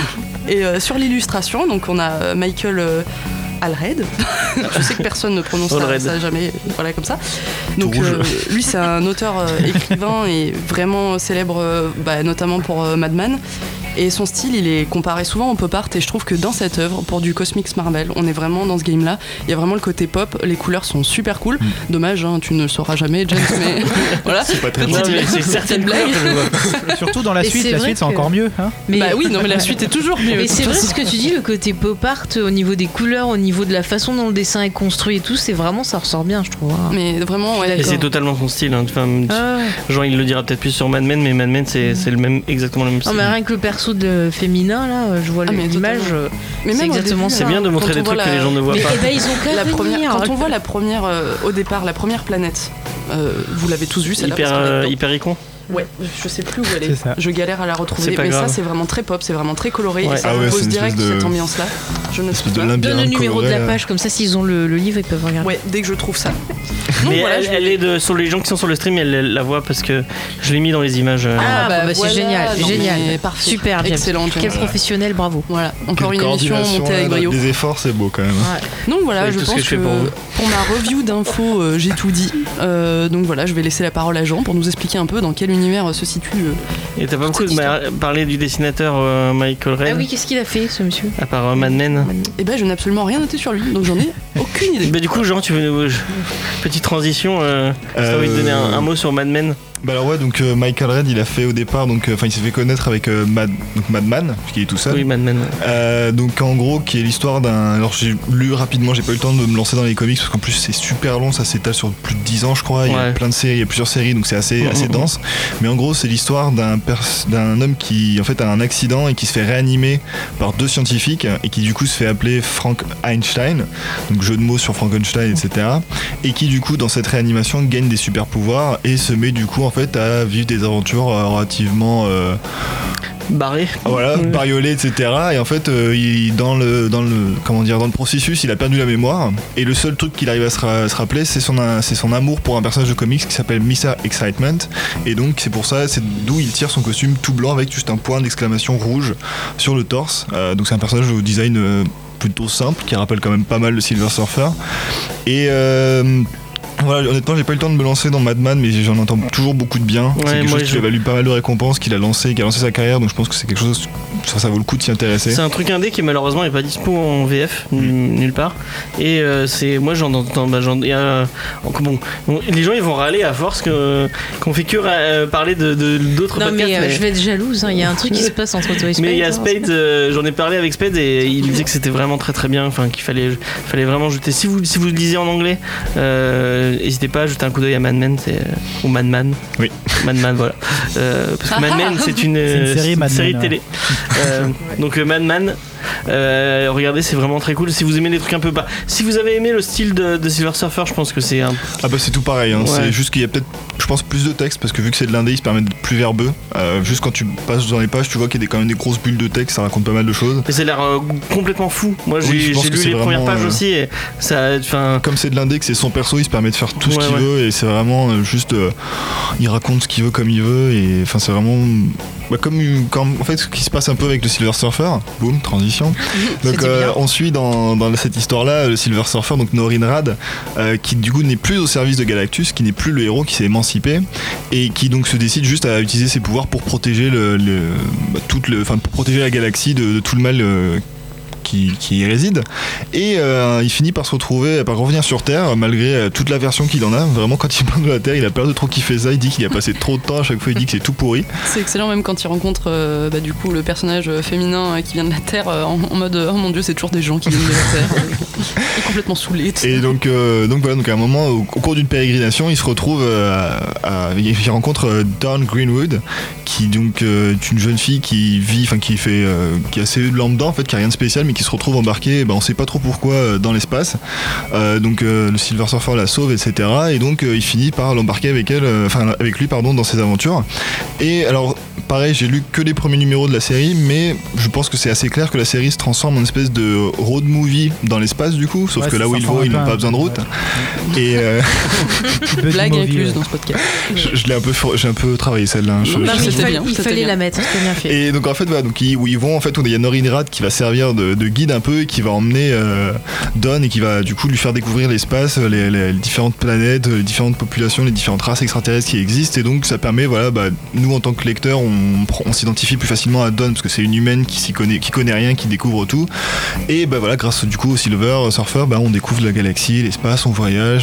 Et sur l'illustration, donc on a Michael Allred. Je sais que personne ne prononce ça jamais, voilà, comme ça. Donc lui, c'est un auteur écrivain et vraiment célèbre, notamment pour Madman. Et son style, il est comparé souvent au pop art, et je trouve que dans cette œuvre, pour du Cosmics Marvel, on est vraiment dans ce game-là. Il y a vraiment le côté pop, les couleurs sont super cool. Dommage, tu ne le sauras jamais, James, mais voilà. C'est pas très bon. C'est certaines blagues. Surtout dans la suite, c'est encore mieux. Hein, mais oui, non, mais la suite est toujours mieux. Mais c'est vrai ce que tu dis, le côté pop art, au niveau des couleurs, au niveau de la façon dont le dessin est construit et tout, c'est vraiment, ça ressort bien, je trouve. Mais vraiment, ouais. Et c'est totalement son style. Genre, il le dira peut-être plus sur Mad Men, mais Mad Men, c'est exactement le même style. Non, mais rien que le perso de féminin là, je vois l'image, c'est exactement ça. C'est bien de montrer des trucs que les gens ne voient pas. Mais ils ont la première, quand on voit la première au départ, la première planète, vous l'avez tous vu, celle-là. Hypericon. Ouais, je sais plus où elle est. Je galère à la retrouver, mais ça c'est vraiment très pop, c'est vraiment très coloré, et ça repose direct cette ambiance-là. Je ne sais pas. Donne le numéro de la page, comme ça s'ils ont le livre, ils peuvent regarder. Ouais, dès que je trouve ça. Mais elle est sur les gens qui sont sur le stream, elle la voit parce que je l'ai mis dans les images. C'est génial, parfait. Super, excellent. Quel professionnel, bravo. Voilà, encore une émission montée avec brio. Des efforts, c'est beau quand même. Donc voilà, je pense que pour ma review d'infos, j'ai tout dit. Donc voilà, je vais laisser la parole à Jean pour nous expliquer un peu dans quel univers se situe. Et t'as pas beaucoup parlé du dessinateur Michael Red? Ah oui, qu'est-ce qu'il a fait ce monsieur? À part Mad Men. Eh ben, je n'ai absolument rien noté sur lui, donc j'en ai aucune idée. Bah du coup, Jean, tu veux petite transition, t'as envie de donner un mot sur Mad Men? Bah alors ouais, donc Michael Red, il a fait au départ, il s'est fait connaître avec Madman, qui est tout seul. Oui, Madman. Donc en gros, qui est l'histoire d'un... Alors j'ai lu rapidement, j'ai pas eu le temps de me lancer dans les comics, parce qu'en plus c'est super long, ça s'étale sur plus de 10 ans je crois, il y a plein de séries, il y a plusieurs séries, donc c'est assez dense. Mais en gros, c'est l'histoire d'un homme qui en fait a un accident et qui se fait réanimer par 2 scientifiques, et qui du coup se fait appeler Frank Einstein, donc jeu de mots sur Frankenstein, etc. Et qui du coup dans cette réanimation gagne des super pouvoirs et se met du coup en fait à vivre des aventures relativement barré. Voilà, bariolé, etc. Et en fait, dans le processus, il a perdu la mémoire. Et le seul truc qu'il arrive à se rappeler, c'est son amour pour un personnage de comics qui s'appelle Mr. Excitement. Et donc, c'est pour ça, c'est d'où il tire son costume tout blanc avec juste un point d'exclamation rouge sur le torse. Donc, c'est un personnage au design plutôt simple qui rappelle quand même pas mal le Silver Surfer. Et voilà, honnêtement, j'ai pas eu le temps de me lancer dans Madman, mais j'en entends toujours beaucoup de bien. C'est quelque chose qui lui a valu pas mal de récompenses, qui a lancé sa carrière, donc je pense que c'est quelque chose, ça vaut le coup de s'y intéresser. C'est un truc indé qui malheureusement est pas dispo en VF nulle part. Et moi j'en entends, les gens ils vont râler à force qu'on fait que parler d'autres podcasts. Non mais je vais être jalouse, il y a un truc qui se passe entre toi et Spade. Mais il y a Spade, j'en ai parlé avec Spade et il disait que c'était vraiment très très bien, enfin qu'il fallait vraiment jeter. Si vous le lisez en anglais, n'hésitez pas à jeter un coup d'œil à Mad Men ou Mad Man. Oui. Mad Man, voilà. Parce que Mad Men, c'est une série télé. Donc Mad Man, regardez, c'est vraiment très cool. Si vous aimez des trucs un peu pas. Si vous avez aimé le style de Silver Surfer, je pense que c'est un. Ah bah c'est tout pareil. Hein. Ouais. C'est juste qu'il y a peut-être, je pense, plus de texte parce que vu que c'est de l'indé, il se permet d'être plus verbeux. Juste quand tu passes dans les pages, tu vois qu'il y a quand même des grosses bulles de texte. Ça raconte pas mal de choses. Mais ça a l'air complètement fou. Moi, j'ai lu les premières pages aussi. Et ça, comme c'est de l'indé, que c'est son perso, il se permet de faire tout ce qu'il veut et c'est vraiment juste, il raconte ce qu'il veut comme il veut et enfin c'est vraiment comme en fait ce qui se passe un peu avec le Silver Surfer. Boum, transition. Donc on suit dans cette histoire-là le Silver Surfer, donc Norrin Radd, qui du coup n'est plus au service de Galactus, qui n'est plus le héros, qui s'est émancipé et qui donc se décide juste à utiliser ses pouvoirs pour protéger pour protéger la galaxie de tout le mal qui y réside. Et il finit par revenir sur Terre malgré toute l'aversion qu'il en a. Vraiment, quand il part de la Terre, il a peur de trop kiffer ça. Il dit qu'il a passé trop de temps. À chaque fois, il dit que c'est tout pourri. C'est excellent, même quand il rencontre du coup le personnage féminin qui vient de la Terre en mode oh mon dieu, c'est toujours des gens qui viennent de la Terre. Il est complètement saoulé. Et donc à un moment, au cours d'une pérégrination, il se retrouve il rencontre Dawn Greenwood, qui donc est une jeune fille qui est assez lambda en fait, qui a rien de spécial, mais qui se retrouve embarquée, on sait pas trop pourquoi, dans l'espace. Donc le Silver Surfer la sauve, etc. Et donc il finit par l'embarquer avec lui dans ses aventures. Et alors pareil, j'ai lu que les premiers numéros de la série, mais je pense que c'est assez clair que la série se transforme en une espèce de road movie dans l'espace du coup, sauf que là où ils vont, ils n'ont pas besoin de route. Et blague incluse dans ce podcast. J'ai un peu travaillé celle-là. Il fallait la mettre, c'était bien fait. Et donc en fait où ils vont, en fait, il y a Norrin Radd qui va servir de guide un peu et qui va emmener Dawn et qui va du coup lui faire découvrir l'espace, les différentes planètes, les différentes populations, les différentes races extraterrestres qui existent. Et donc ça permet, nous en tant que lecteurs, on s'identifie plus facilement à Dawn parce que c'est une humaine qui connaît rien, qui découvre tout. Et grâce du coup au Silver Surfer, on découvre la galaxie, l'espace, on voyage.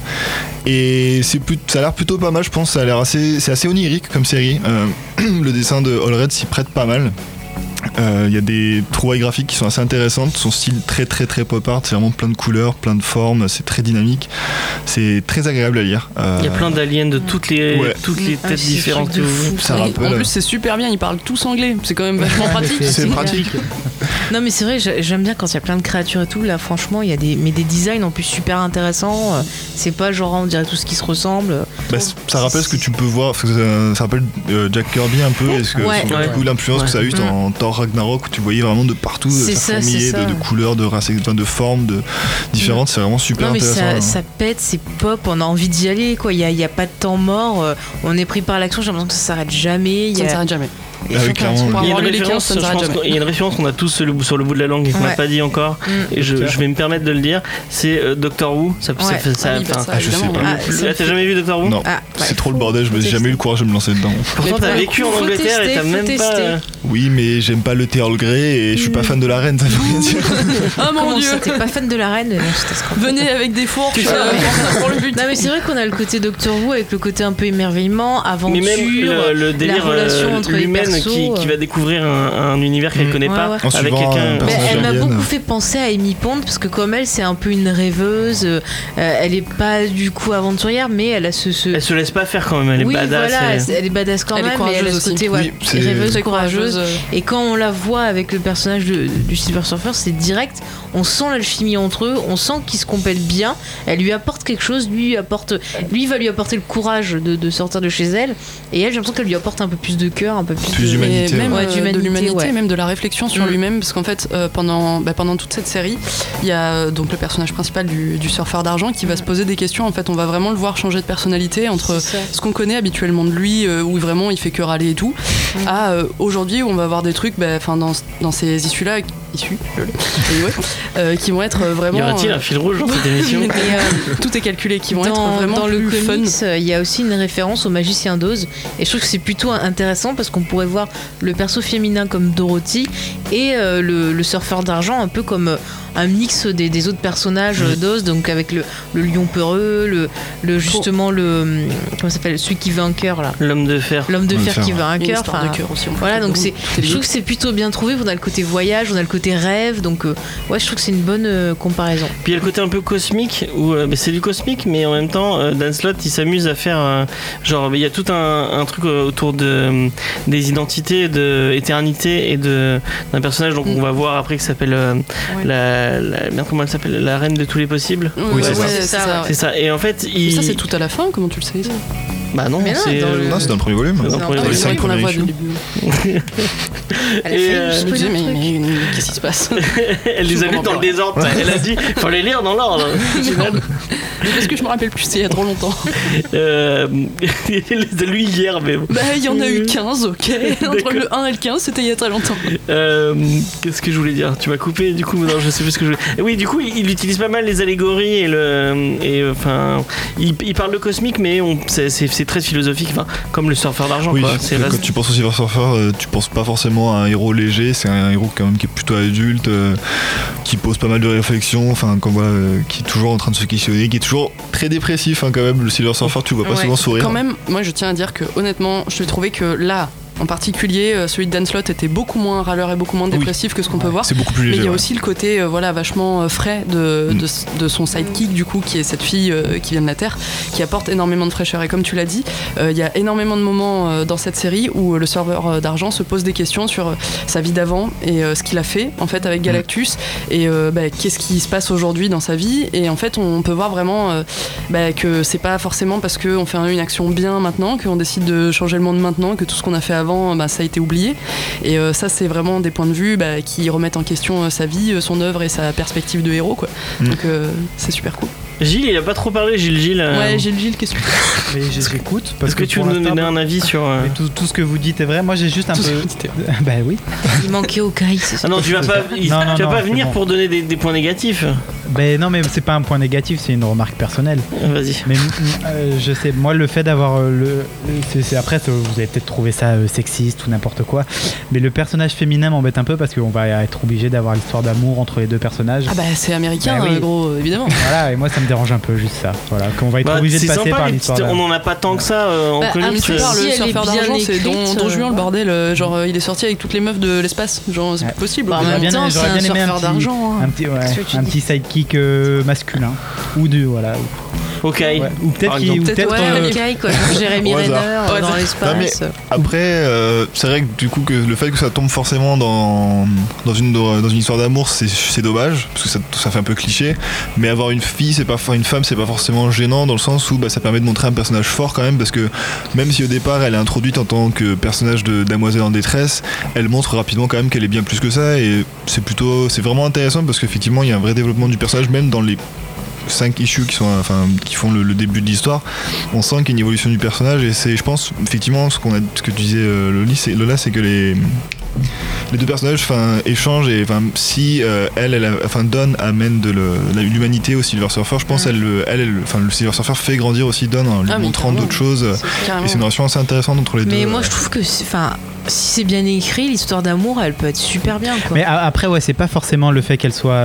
Et ça a l'air plutôt pas mal, je pense. C'est assez onirique comme série. Le dessin de Allred s'y prête pas mal. Il y a des trouvailles graphiques qui sont assez intéressantes. Son style très très très pop art, c'est vraiment plein de couleurs, plein de formes, c'est très dynamique, c'est très agréable à lire. Il y a plein d'aliens de toutes les têtes différentes. En plus c'est super bien, ils parlent tous anglais, c'est quand même vachement pratique. C'est pratique. Non mais c'est vrai, j'aime bien quand il y a plein de créatures et tout. Là franchement il y a des designs en plus super intéressants. C'est pas genre on dirait tout ce qui se ressemble. Ça rappelle ce que tu peux voir, ça rappelle Jack Kirby un peu, du coup l'influence que ça a eu dans Thor Ragnarok, où tu voyais vraiment de partout, ça fourmillait de couleurs, de races, de formes différentes. C'est vraiment super intéressant. Mais ça pète, c'est pop, on a envie d'y aller quoi. Il y a pas de temps mort, on est pris par l'action. J'ai l'impression que ça s'arrête jamais. Ça ne s'arrête jamais. Il y a une référence qu'on a tous sur le bout de la langue et qu'on n'a pas dit encore, et je vais me permettre de le dire, c'est Doctor Who. Je sais pas. T'as jamais vu Doctor Who? Non, c'est trop le bordel, je n'ai jamais eu le courage de me lancer dedans. Pourtant t'as vécu en Angleterre et t'as même pas... Oui, mais j'aime pas le thé Earl Grey et je suis pas fan de la reine, ça veut rien dire. Oh mon dieu, t'es pas fan de la reine? Venez avec des fourches pour le but. Non mais c'est vrai qu'on a le côté Doctor Who avec le côté un peu émerveillement, aventure, mais même le délire, la relation entre les persos. Qui va découvrir un univers qu'elle connaît pas avec quelqu'un. Elle m'a beaucoup fait penser à Amy Pond parce que comme elle c'est un peu une rêveuse, elle est pas du coup aventurière mais elle a elle se laisse pas faire quand même, elle est badass. Voilà, elle est badass quand même, mais elle a ce côté rêveuse, courageuse. Et quand on la voit avec le personnage du Silver Surfer, c'est direct, on sent l'alchimie entre eux, on sent qu'ils se complètent bien. Elle lui apporte quelque chose, lui va lui apporter le courage de sortir de chez elle, et elle j'ai l'impression qu'elle lui apporte un peu plus de cœur, un peu plus plus d'humanité. Même d'humanité, de l'humanité, ouais. même de la réflexion sur lui-même, parce qu'en fait, pendant toute cette série, il y a donc le personnage principal du surfeur d'argent qui va se poser des questions. En fait, on va vraiment le voir changer de personnalité entre ce qu'on connaît habituellement de lui, où vraiment il fait que râler et tout, à aujourd'hui où on va voir des trucs, dans ces issues-là, qui vont être vraiment. Y aura-t-il un fil rouge dans cette émission? Tout est calculé, qui vont être vraiment dans le plus comics, fun. il y a aussi une référence au magicien d'Oz, et je trouve que c'est plutôt intéressant parce qu'on pourrait voir le perso féminin comme Dorothy et le surfeur d'argent un peu comme un mix des autres personnages d'Oz, donc avec le lion peureux, justement le comment ça s'appelle, celui qui veut un cœur là, l'homme de fer qui veut un Une cœur. histoire de cœur aussi. Voilà, donc je trouve que c'est plutôt bien trouvé. On a le côté voyage, on a le côté rêve, donc je trouve que c'est une bonne comparaison. Puis il y a le côté un peu cosmique où c'est du cosmique, mais en même temps Dan Slott il s'amuse à faire genre il y a tout un truc autour des identités, de éternité et d'un personnage, donc on va voir après, qui s'appelle comment elle s'appelle, la reine de tous les possibles. Oui, c'est ça. C'est ça. Et en fait ça c'est tout à la fin, comment tu le sais ça? Bah non, mais c'est Non, c'est dans le premier volume. C'est vrai qu'on la voit dès le début. Elle a failli spoiler le truc. Mais qu'est-ce qui se passe? Elle les a lus dans le désordre. Elle a dit faut les lire dans l'ordre. Parce que je me rappelle plus, c'est il y a trop longtemps. Elle les a lus hier, mais Bah il y en a eu 15, ok. Entre le 1 et le 15, c'était il y a très longtemps. Qu'est-ce que je voulais dire? Tu m'as coupé, du coup, non, je sais plus ce que je voulais. Oui, du coup, il utilise pas mal les allégories il parle de cosmique, mais c'est très philosophique, comme le surfeur d'argent. Oui, quoi. quand tu penses au Silver Surfer, tu penses pas forcément à un héros léger, c'est un héros quand même qui est plutôt adulte, qui pose pas mal de réflexions, qui est toujours en train de se questionner, qui est toujours très dépressif quand même. Le Silver Surfer, tu vois pas souvent sourire. Quand même, moi je tiens à dire que honnêtement, je trouvais que là, en particulier, celui de Dan Slott était beaucoup moins râleur et beaucoup moins dépressif que ce qu'on peut voir. C'est beaucoup plus léger. Mais il y a aussi le côté vachement frais de son sidekick, du coup, qui est cette fille qui vient de la Terre, qui apporte énormément de fraîcheur. Et comme tu l'as dit, il y a énormément de moments dans cette série où le serveur d'argent se pose des questions sur sa vie d'avant et ce qu'il a fait en fait avec Galactus et qu'est-ce qui se passe aujourd'hui dans sa vie. Et en fait, on peut voir vraiment que c'est pas forcément parce qu'on fait une action bien maintenant qu'on décide de changer le monde maintenant, que tout ce qu'on a fait avant ça a été oublié, et ça c'est vraiment des points de vue qui remettent en question sa vie, son œuvre et sa perspective de héros, quoi. Donc c'est super cool. Gilles, il a pas trop parlé. Gilles. Ouais, Gilles, qu'est-ce que tu Mais j'écoute. Parce que tu veux nous donner un avis sur. Tout ce que vous dites est vrai. Moi, j'ai juste un peu. Bah oui. Il manquait au Kai, c'est ça. Ah non, tu vas pas, tu vas pas venir bon. pour donner des points négatifs. Ben non, mais c'est pas un point négatif, c'est une remarque personnelle. Vas-y. Mais je sais, moi, le fait d'avoir après, vous avez peut-être trouvé ça sexiste ou n'importe quoi, mais le personnage féminin m'embête un peu parce qu'on va être obligé d'avoir l'histoire d'amour entre les deux personnages. Ah bah c'est américain, oui. gros, évidemment. Voilà, et moi ça me dérange un peu juste ça. Voilà, qu'on va être obligé de passer sympa, par l'histoire. On n'en a pas tant que ça en comics. Mais tu parles, si le elle surfeur est bien d'argent, c'est écrite, Don Juan, le bordel. Genre, il est sorti avec toutes les meufs de l'espace. Genre, c'est plus possible. En même temps, c'est un surfeur d'argent. Un petit sidekick masculin. Ou deux, voilà. Ok. Ouais. Ou peut-être Kai, quoi. Jérémy Renner dans l'espace. Après, c'est vrai que du coup, que le fait que ça tombe forcément dans une histoire d'amour, c'est dommage, parce que ça fait un peu cliché. Mais avoir une fille, une femme, c'est pas forcément gênant, dans le sens où ça permet de montrer un personnage fort quand même, parce que même si au départ elle est introduite en tant que personnage de damoiselle en détresse, elle montre rapidement quand même qu'elle est bien plus que ça, et c'est vraiment intéressant parce qu'effectivement il y a un vrai développement du personnage, même dans les 5 issues qui font le début de l'histoire. On sent qu'il y a une évolution du personnage, et c'est, je pense, effectivement ce que tu disais Lola, c'est que les deux personnages échangent, et si Dawn amène de l'humanité au Silver Surfer, je pense le Silver Surfer fait grandir aussi Dawn en lui montrant d'autres choses, et c'est une relation assez intéressante entre les deux. Mais moi je trouve que si c'est bien écrit, l'histoire d'amour elle peut être super bien, quoi. Mais après c'est pas forcément le fait qu'elle soit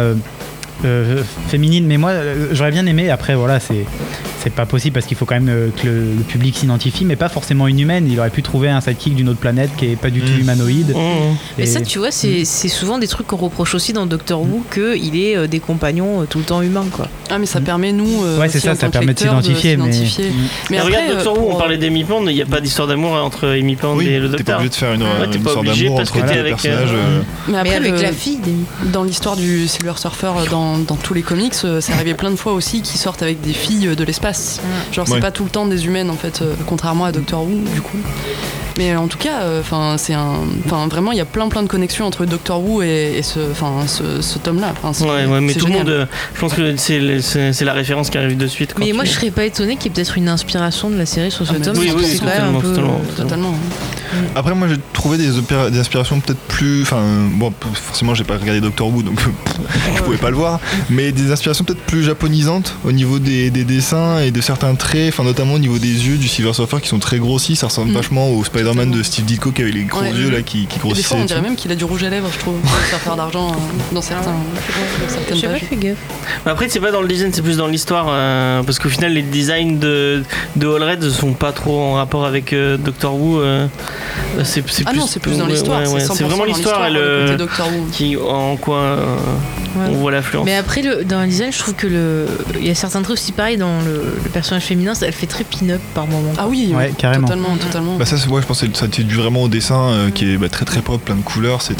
féminine, mais moi j'aurais bien aimé, après voilà, c'est pas possible parce qu'il faut quand même que le public s'identifie, mais pas forcément une humaine. Il aurait pu trouver un sidekick d'une autre planète qui est pas du tout humanoïde. Mais ça, tu vois, c'est souvent des trucs qu'on reproche aussi dans Doctor Who, qu'il ait des compagnons tout le temps humains, quoi. Ah, mais ça permet nous c'est ça permet de s'identifier. Mais regarde Doctor Who, on parlait d'Amy Pond, il n'y a pas d'histoire d'amour entre Amy Pond et le Docteur. T'es pas obligé de faire une histoire d'amour entre les personnages. Mais après, avec la fille dans l'histoire du Silver Surfer, dans tous les comics, c'est arrivé plein de fois aussi qu'ils sortent avec des filles de l'espace. Genre c'est pas tout le temps des humaines en fait, contrairement à Doctor Who du coup. Mais en tout cas, vraiment, il y a plein de connexions entre Doctor Who et ce tome-là. Mais c'est tout génial. le monde, je pense que c'est la référence qui arrive de suite. Mais moi, je serais pas étonnée qu'il y ait peut-être une inspiration de la série sur ce tome. oui, parce que c'est quand même un peu. Totalement. Après, moi j'ai trouvé des inspirations peut-être plus. Enfin, bon, forcément, j'ai pas regardé Doctor Who donc je pouvais pas le voir. Mais des inspirations peut-être plus japonisantes au niveau des dessins et de certains traits, enfin, notamment au niveau des yeux du Silver Surfer qui sont très grossis. Ça ressemble vachement au Spider-Man de Steve Ditko qui avait les gros yeux là qui grossissaient. Et des fois, on dirait même qu'il a du rouge à lèvres, je trouve. Le Surfer d'argent dans certaines J'ai pas pages. fait gaffe. Après, c'est pas dans le design, c'est plus dans l'histoire. Parce qu'au final, les designs de Allred sont pas trop en rapport avec Doctor Who. C'est plus, non, c'est plus dans l'histoire. C'est vraiment l'histoire le Doctor Who. qui en quoi on voit l'influence. Mais après, dans le design, je trouve que il y a certains trucs aussi pareil dans le personnage féminin, elle fait très pin-up par moment. Ah oui, ouais, carrément. Totalement. Bah ça, je pense que ça tient dû vraiment au dessin qui est très très pop, plein de couleurs, c'est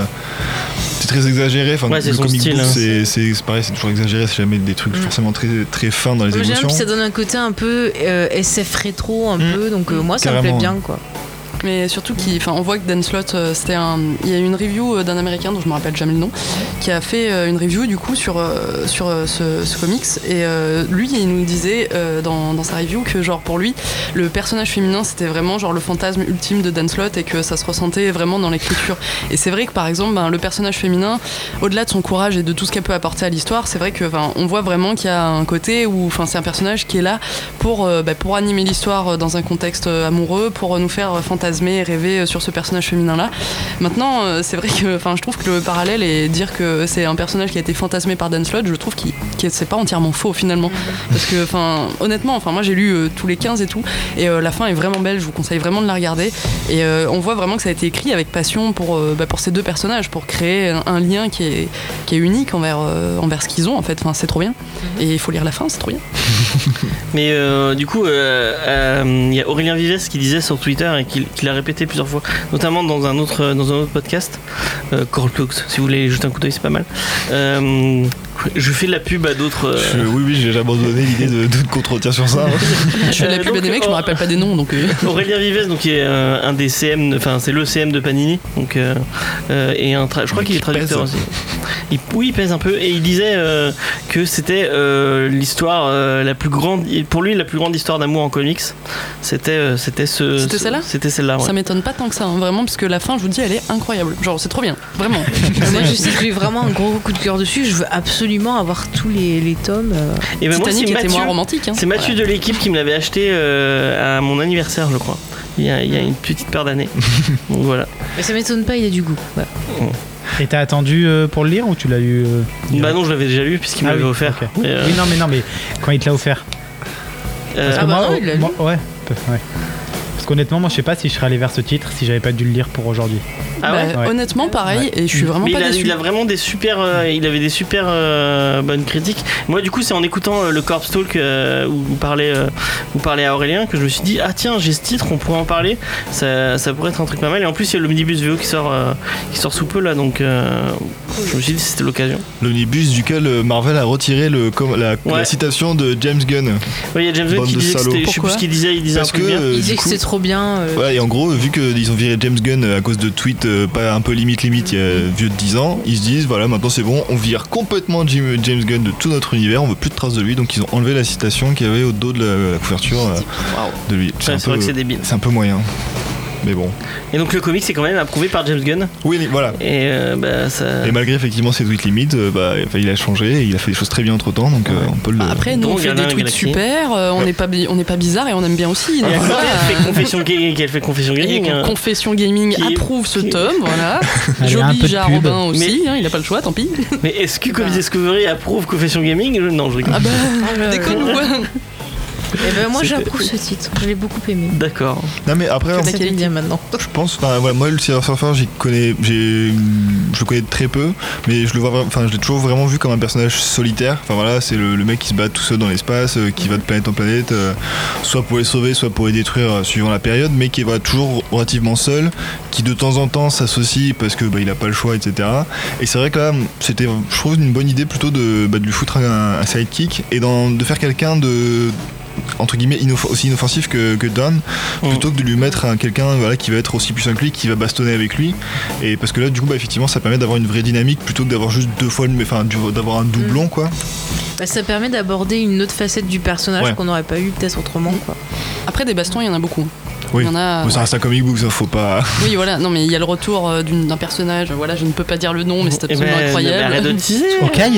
très exagéré. Enfin, c'est le son comic style, book, hein. c'est pareil, c'est toujours exagéré, c'est jamais des trucs forcément très très fins dans les J'aime émotions. que ça donne un côté un peu SF rétro, un peu, donc moi ça me plaît bien quoi. Mais surtout on voit que Dan Slott, il y a eu une review d'un américain dont je me rappelle jamais le nom, qui a fait une review du coup sur ce comics, et lui il nous disait dans sa review que genre pour lui le personnage féminin c'était vraiment genre le fantasme ultime de Dan Slott et que ça se ressentait vraiment dans l'écriture. Et c'est vrai que par exemple le personnage féminin, au-delà de son courage et de tout ce qu'elle peut apporter à l'histoire, c'est vrai que on voit vraiment qu'il y a un côté où c'est un personnage qui est là pour animer l'histoire dans un contexte amoureux, pour nous faire fantasmer et rêver sur ce personnage féminin là. Maintenant c'est vrai que je trouve que le parallèle et dire que c'est un personnage qui a été fantasmé par Dan Slott, je trouve que c'est pas entièrement faux finalement, parce que honnêtement moi j'ai lu tous les 15 et tout, et la fin est vraiment belle, je vous conseille vraiment de la regarder, et on voit vraiment que ça a été écrit avec passion pour ces deux personnages, pour créer un lien qui est unique envers ce qu'ils ont en fait. C'est trop bien, et il faut lire la fin, c'est trop bien. Mais du coup il y a Aurélien Vives qui disait sur Twitter et qu'il a répété plusieurs fois, notamment dans un autre podcast, Coral Clocks, si vous voulez jeter un coup d'œil, c'est pas mal. Je fais de la pub à d'autres. Oui, j'ai abandonné l'idée de contre-retient sur ça. Je fais de la pub à des mecs, je me rappelle pas des noms donc. Aurélien Vives, donc qui est un des CM, c'est le CM de Panini, donc et je crois qu'il est traducteur aussi. Il pèse un peu, et il disait que c'était l'histoire la plus grande, pour lui la plus grande histoire d'amour en comics. C'était celle-là. C'était celle-là. Ouais. Ça m'étonne pas tant que ça, vraiment, parce que la fin, je vous dis, elle est incroyable. Genre, c'est trop bien, vraiment. Moi, je sais que j'ai vraiment un gros coup de cœur dessus. Je veux absolument avoir tous les tomes. Et ben moi, Titanic était moins romantique. C'est Mathieu de l'équipe qui me l'avait acheté à mon anniversaire, je crois. Il y a une petite paire d'années. Donc voilà. Mais ça m'étonne pas, il a du goût. Ouais. Et t'as attendu pour le lire ou tu l'as lu Bah non, je l'avais déjà lu puisqu'il me l'avait offert. Okay. Mais Oui, non, mais quand il te l'a offert. Parce que non, il l'a lu. Ouais. Parce qu'honnêtement, moi je sais pas si je serais allé vers ce titre si j'avais pas dû le lire pour aujourd'hui. Ah ouais, honnêtement, pareil, et je suis vraiment pas déçu. Il a vraiment des super. Il avait des super bonnes critiques. Moi, du coup, c'est en écoutant le Corpse Talk où vous parlez à Aurélien que je me suis dit, ah tiens, j'ai ce titre, on pourrait en parler. Ça pourrait être un truc pas mal. Et en plus, il y a l'omnibus VO qui sort sous peu là, donc je me suis dit c'était l'occasion. L'omnibus duquel Marvel a retiré la citation de James Gunn. Oui, il y a James Gunn qui disait que c'était. Je sais plus ce qu'il disait. Il disait parce un truc bien. Il disait que c'était trop bien. Ouais, et en gros, vu qu'ils ont viré James Gunn à cause de tweets pas un peu limite, il y a vieux de 10 ans, ils se disent voilà, maintenant c'est bon, on vire complètement James Gunn de tout notre univers, on veut plus de traces de lui, donc ils ont enlevé la citation qu'il y avait au dos de la couverture de lui. C'est vrai que c'est débile. C'est un peu moyen. Mais bon. Et donc le comic c'est quand même approuvé par James Gunn. Oui, voilà. Et ça. Et malgré effectivement ses tweets limites, il a changé, et il a fait des choses très bien entre temps, donc on peut le. Après, nous on fait des tweets super, on n'est pas bizarre et on aime bien aussi. Elle fait Confession Gaming. Confession Gaming approuve ce tome, voilà. J'oblige à Robin aussi, il a pas le choix, tant pis. Mais est-ce que Comics Discovery approuve Confession Gaming ? Non, je rigole. Ah bah, déconne ou quoi ? Et ben moi j'approuve ce titre, je l'ai beaucoup aimé. D'accord. Non mais après, c'est bien maintenant. Je pense, moi le Silver Surfer, je le connais très peu, mais je l'ai toujours vraiment vu comme un personnage solitaire. Enfin voilà, c'est le mec qui se bat tout seul dans l'espace, qui va de planète en planète, soit pour les sauver, soit pour les détruire suivant la période, mais qui va toujours relativement seul, qui de temps en temps s'associe parce que il a pas le choix, etc. Et c'est vrai que là, c'était, je trouve, une bonne idée plutôt de lui foutre un sidekick et de faire quelqu'un entre guillemets aussi inoffensif que Dawn, plutôt que de lui mettre quelqu'un qui va être aussi puissant que lui, qui va bastonner avec lui. Et parce que là du coup effectivement ça permet d'avoir une vraie dynamique plutôt que d'avoir juste d'avoir un doublon quoi. Ça permet d'aborder une autre facette du personnage qu'on n'aurait pas eu peut-être autrement quoi. Après des bastons il y en a beaucoup. Oui, il y en a, ça reste un comic book, ça faut pas. Oui, voilà, non, mais il y a le retour d'un personnage, voilà, je ne peux pas dire le nom, mais c'est absolument incroyable. Okai ?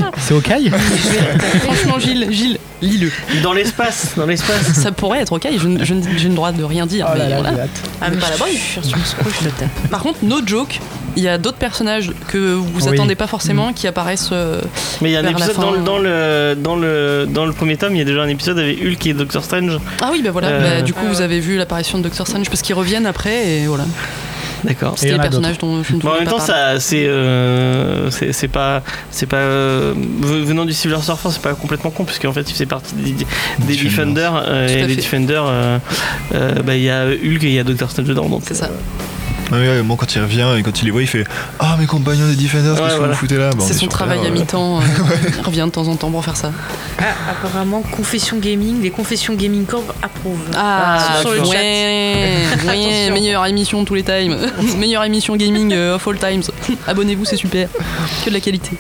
C'est Okai ? Franchement, Gilles, lis-le. Dans l'espace. Ça pourrait être Okai, j'ai le droit de rien dire. Oh là là, voilà. Mais pas la bonne. Par contre, no joke, il y a d'autres personnages que vous attendez pas forcément qui apparaissent. Mais il y a un épisode dans le premier tome, il y a déjà un épisode avec Hulk et Doctor Strange. Ah oui, bah voilà, du coup, vous avez vu l'apparition de Doctor Strange parce qu'ils reviennent après et voilà. D'accord. C'était les personnages dont je ne voulais en même pas temps, parler. c'est pas venant du Silver Surfer, c'est pas complètement con puisque en fait, il faisait partie des Defenders et les Defenders, il y a Hulk et il y a Doctor Strange dedans. Donc c'est ça. Moi quand il revient et quand il les voit il fait ah mes compagnons des Defenders qu'est-ce que vous foutez là c'est son travail à mi-temps il revient de temps en temps pour faire ça. Apparemment Confession Gaming, les Confessions Gaming Corp approuvent sur le chat. Meilleure émission de tous les times. Meilleure émission gaming of all times. Abonnez-vous, c'est super, que de la qualité.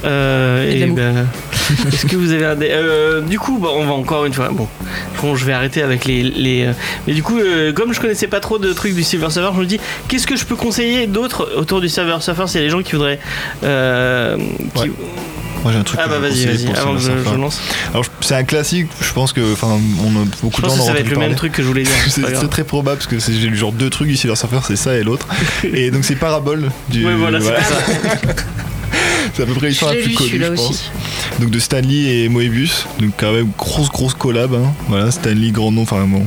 Est-ce que vous avez du coup on va encore une fois je vais arrêter avec les mais du coup comme je connaissais pas trop de trucs du Silver Surfer, je me dis qu'est-ce que je peux conseiller d'autre autour du Silver Surfer s'il y a des gens qui voudraient Moi j'ai un truc vas-y avant que je lance. Alors c'est un classique, je pense que on a beaucoup de gens je pense que ça va être le parler. même truc que je voulais dire. c'est très probable parce que j'ai lu genre 2 trucs du Silver Surfer, c'est ça et l'autre. Et donc c'est Parabole du c'est ça. C'est à peu près l'histoire la plus connue, je pense. Donc de Stanley et Moebius, donc quand même grosse collab. Voilà, Stanley grand nom,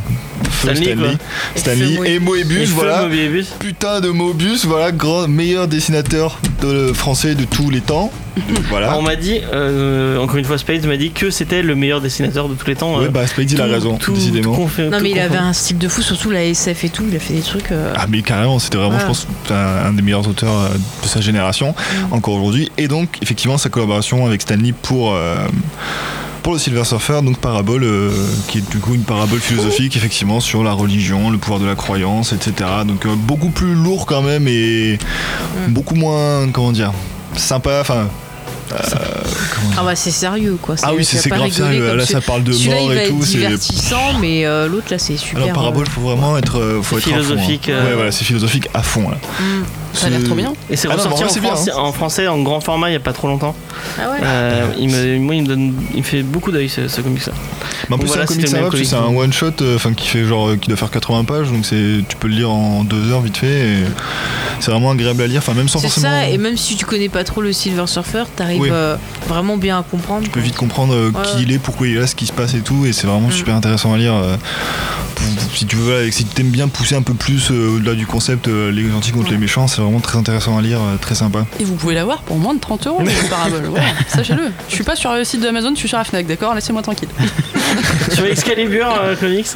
Stanley et Moebius, voilà. Putain de Moebius, voilà, meilleur dessinateur français de tous les temps. Voilà. On m'a dit, encore une fois, Spade m'a dit que c'était le meilleur dessinateur de tous les temps. Ouais, Spade il a raison, décidément. Non, mais il avait un style de fou, surtout la SF et tout, il a fait des trucs. Ah, mais carrément, c'était vraiment, je pense, un des meilleurs auteurs de sa génération, encore aujourd'hui. Et donc, effectivement, sa collaboration avec Stanley pour le Silver Surfer, donc Parabole, qui est du coup une parabole philosophique, effectivement, sur la religion, le pouvoir de la croyance, etc. Donc, beaucoup plus lourd quand même et beaucoup moins, comment dire, sympa, c'est sérieux quoi. C'est grave sérieux. Là ça parle de mort et tout. C'est divertissant, mais l'autre là c'est super. Alors Parabole, faut vraiment être philosophique. À fond, c'est philosophique à fond là. Ça a l'air trop bien. Et c'est ressorti en français en grand format il y a pas trop longtemps. Ah ouais. Il me fait beaucoup d'œil ce comic là. En plus c'est un comic sympa parce que c'est un one shot qui fait qui doit faire 80 pages, donc tu peux le lire en 2 heures vite fait et c'est vraiment agréable à lire, même sans forcément. C'est ça, et même si tu connais pas trop le Silver Surfer, t'arrives vraiment bien à comprendre. Tu peux vite comprendre qui il est, pourquoi il est là, ce qui se passe et tout, et c'est vraiment super intéressant à lire. Si tu veux, si tu aimes bien pousser un peu plus au-delà du concept les gentils contre les méchants, c'est vraiment très intéressant à lire, très sympa. Et vous pouvez l'avoir pour moins de 30 €, Parabole. Ouais, sachez-le. Je suis pas sur le site de Amazon, je suis sur la Fnac, d'accord? Laissez-moi tranquille. Sur Excalibur Comics.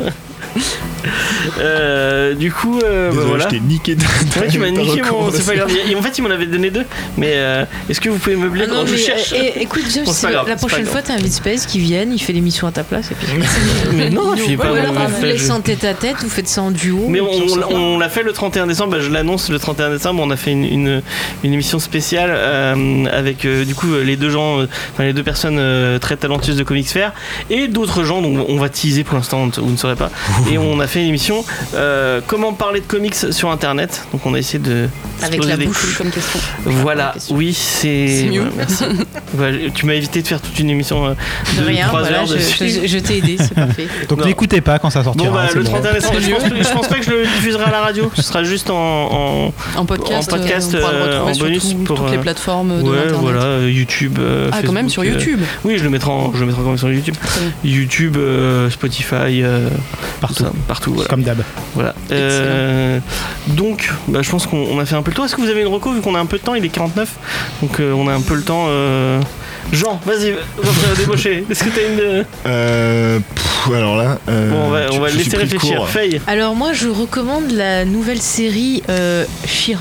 Du coup, désolé, je t'ai niqué. Tu m'as niqué c'est pas grave. En fait, il m'en avait donné 2, mais est-ce que vous pouvez meubler quand je cherche? Écoute, la prochaine fois, t'invites Space qui vienne, il fait l'émission à ta place. Et puis... mais non, je fais pas. Vous laissez en tête à tête, vous faites ça en duo. Mais on l'a fait le 31 décembre. Je l'annonce le 31 décembre. On a fait une émission spéciale avec du coup les deux personnes très talentueuses de Comics Fair et d'autres gens dont on va teaser pour l'instant, vous ne saurez pas. Et on a fait une émission comment parler de comics sur internet. Donc on a essayé de avec la bouche comme question. Voilà, oui, c'est mieux. Merci. Tu m'as évité de faire toute une émission de 3 heures dessus. Je t'ai aidé, c'est parfait. Donc n'écoutez pas quand ça sortira. Le 31 décembre, je pense pas que je le diffuserai à la radio. Ce sera juste en podcast, en bonus pour toutes les plateformes de internet. Voilà, YouTube, Facebook, quand même sur YouTube. Oui, je le mettrai quand même sur YouTube. YouTube, Spotify, partout voilà. Comme d'hab. Voilà. Donc, je pense qu'on a fait un peu le tour. Est-ce que vous avez une reco vu qu'on a un peu de temps? Il est 49, donc on a un peu le temps. Jean, vas-y, débaucher. Est-ce que t'as une alors là, on va le laisser réfléchir. Faye. Alors moi, je recommande la nouvelle série She-Ra.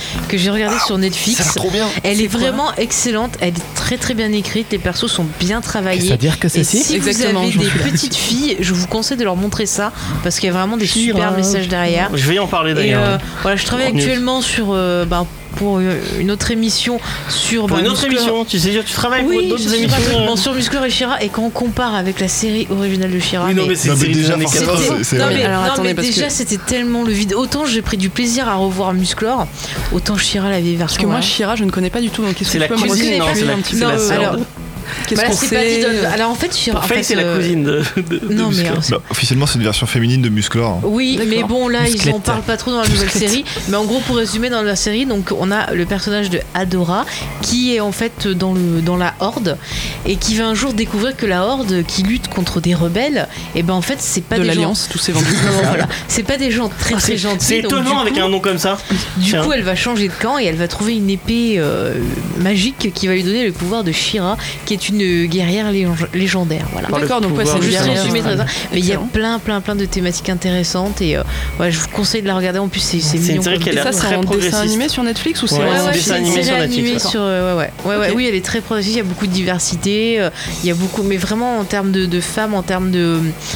que j'ai regardée sur Netflix. Ça a l'air trop bien. Elle est vraiment excellente, elle est très très bien écrite, les persos sont bien travaillés. C'est-à-dire que Et ceci si vous avez des petites filles, je vous conseille de leur montrer ça parce qu'il y a vraiment des super messages derrière. Je vais y en parler Et d'ailleurs. voilà, je travaille actuellement sur pour une autre émission sur Pour une autre émission, tu sais dire, tu travailles pour d'autres émissions. Sur Musclor et She-Ra, et quand on compare avec la série originale de She-Ra, Oui, non, mais c'est déjà, années forcément, 80. c'est non, vrai. mais, Alors, attendez, mais parce déjà que- c'était tellement le vide. Autant j'ai pris du plaisir à revoir Musclor, autant She-Ra la vieille version. Parce que moi, voilà. She-Ra, je ne connais pas du tout. Donc, qu'est-ce C'est que la tu peux me cousine, dire non, c'est la- un petit c'est peu la sœur. alors, Qu'est-ce bah, qu'on c'est pas dit sait alors en fait She-Ra, Pour en Faye, fait, c'est la cousine de non mais Musclor. Bah, officiellement, c'est une version féminine de Musclor. oui, D'accord. mais bon là ils Musclette. en parlent pas trop dans la nouvelle série. Mais en gros pour résumer dans la série, donc on a le personnage de Adora qui est en fait dans la Horde et qui va un jour découvrir que la Horde qui lutte contre des rebelles, et ben en fait c'est pas de des gens. l'Alliance, tous ces vendus. Non, voilà. C'est pas des gens très très gentils. C'est donc, étonnant du avec coup- un nom comme ça. Du Tiens. coup, elle va changer de camp et elle va trouver une épée magique qui va lui donner le pouvoir de She-Ra, qui est une guerrière légendaire. Voilà. Par le D'accord, donc ouais, pouvoir c'est de une Juste She-Ra. résumé très ça. Mais il y a Excellent. plein de thématiques intéressantes et ouais, je vous conseille de la regarder. En plus, c'est C'est mignon une série comme qui a Et l'air ça, c'est très en dessin progressiste. animé sur Netflix ou c'est Ouais, en c'est ouais, dessin c'est une animé série sur Netflix, animée ouais. sur Ok. oui, elle est très progressiste, il y a beaucoup de diversité, il y a beaucoup, mais vraiment en termes de femmes, en termes de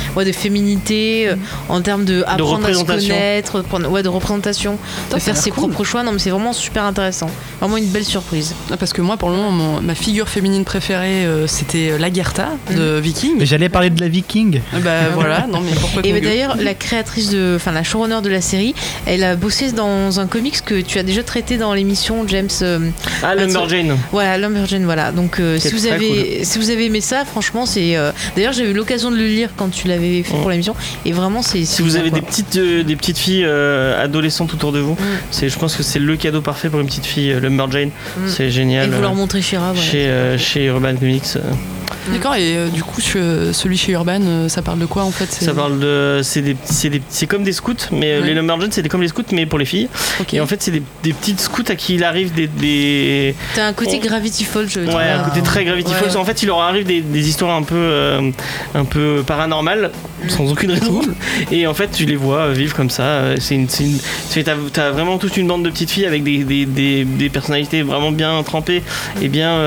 féminité, en termes de apprendre à se représentation. connaître, de représentation, Putain, de ça a faire l'air ses cool. propres choix. Non mais c'est vraiment super intéressant, vraiment une belle surprise. Ah, parce que moi, pour le moment, ma figure féminine préférée, c'était Lagertha de Viking. Mais j'allais parler de la Viking. Bah voilà, non mais pourquoi Et qu'on gueule d'ailleurs, la créatrice la showrunner de la série, elle a bossé dans un comics que tu as déjà traité dans l'émission, James. Ah, Lumberjane. Voilà, Lumberjane, voilà. Donc si vous avez aimé ça, franchement, c'est. D'ailleurs, j'ai eu l'occasion de le lire quand tu l'avais fait pour l'émission, et vraiment, c'est. Si vous avez des petites filles adolescentes autour de vous, je pense que c'est le cadeau parfait pour une petite fille. Lumberjane, c'est génial. Et vous leur montrez She-Ra, voilà. Chez Urban Comics. D'accord, et du coup, celui chez Urban, ça parle de quoi en fait Ça parle de. C'est comme des scouts, mais Ouais. les Lumberjane, c'est comme les scouts, mais pour les filles. Ok. Et en fait, c'est des petites scouts à qui il arrive des. T'as un côté Gravity Falls, je veux dire. Ouais, un côté très Gravity Ouais. Falls. En fait, il leur arrive des histoires un peu paranormales, sans aucune raison. Et en fait, tu les vois vivre comme ça. T'as vraiment toute une bande de petites filles avec des personnalités vraiment bien trempées et bien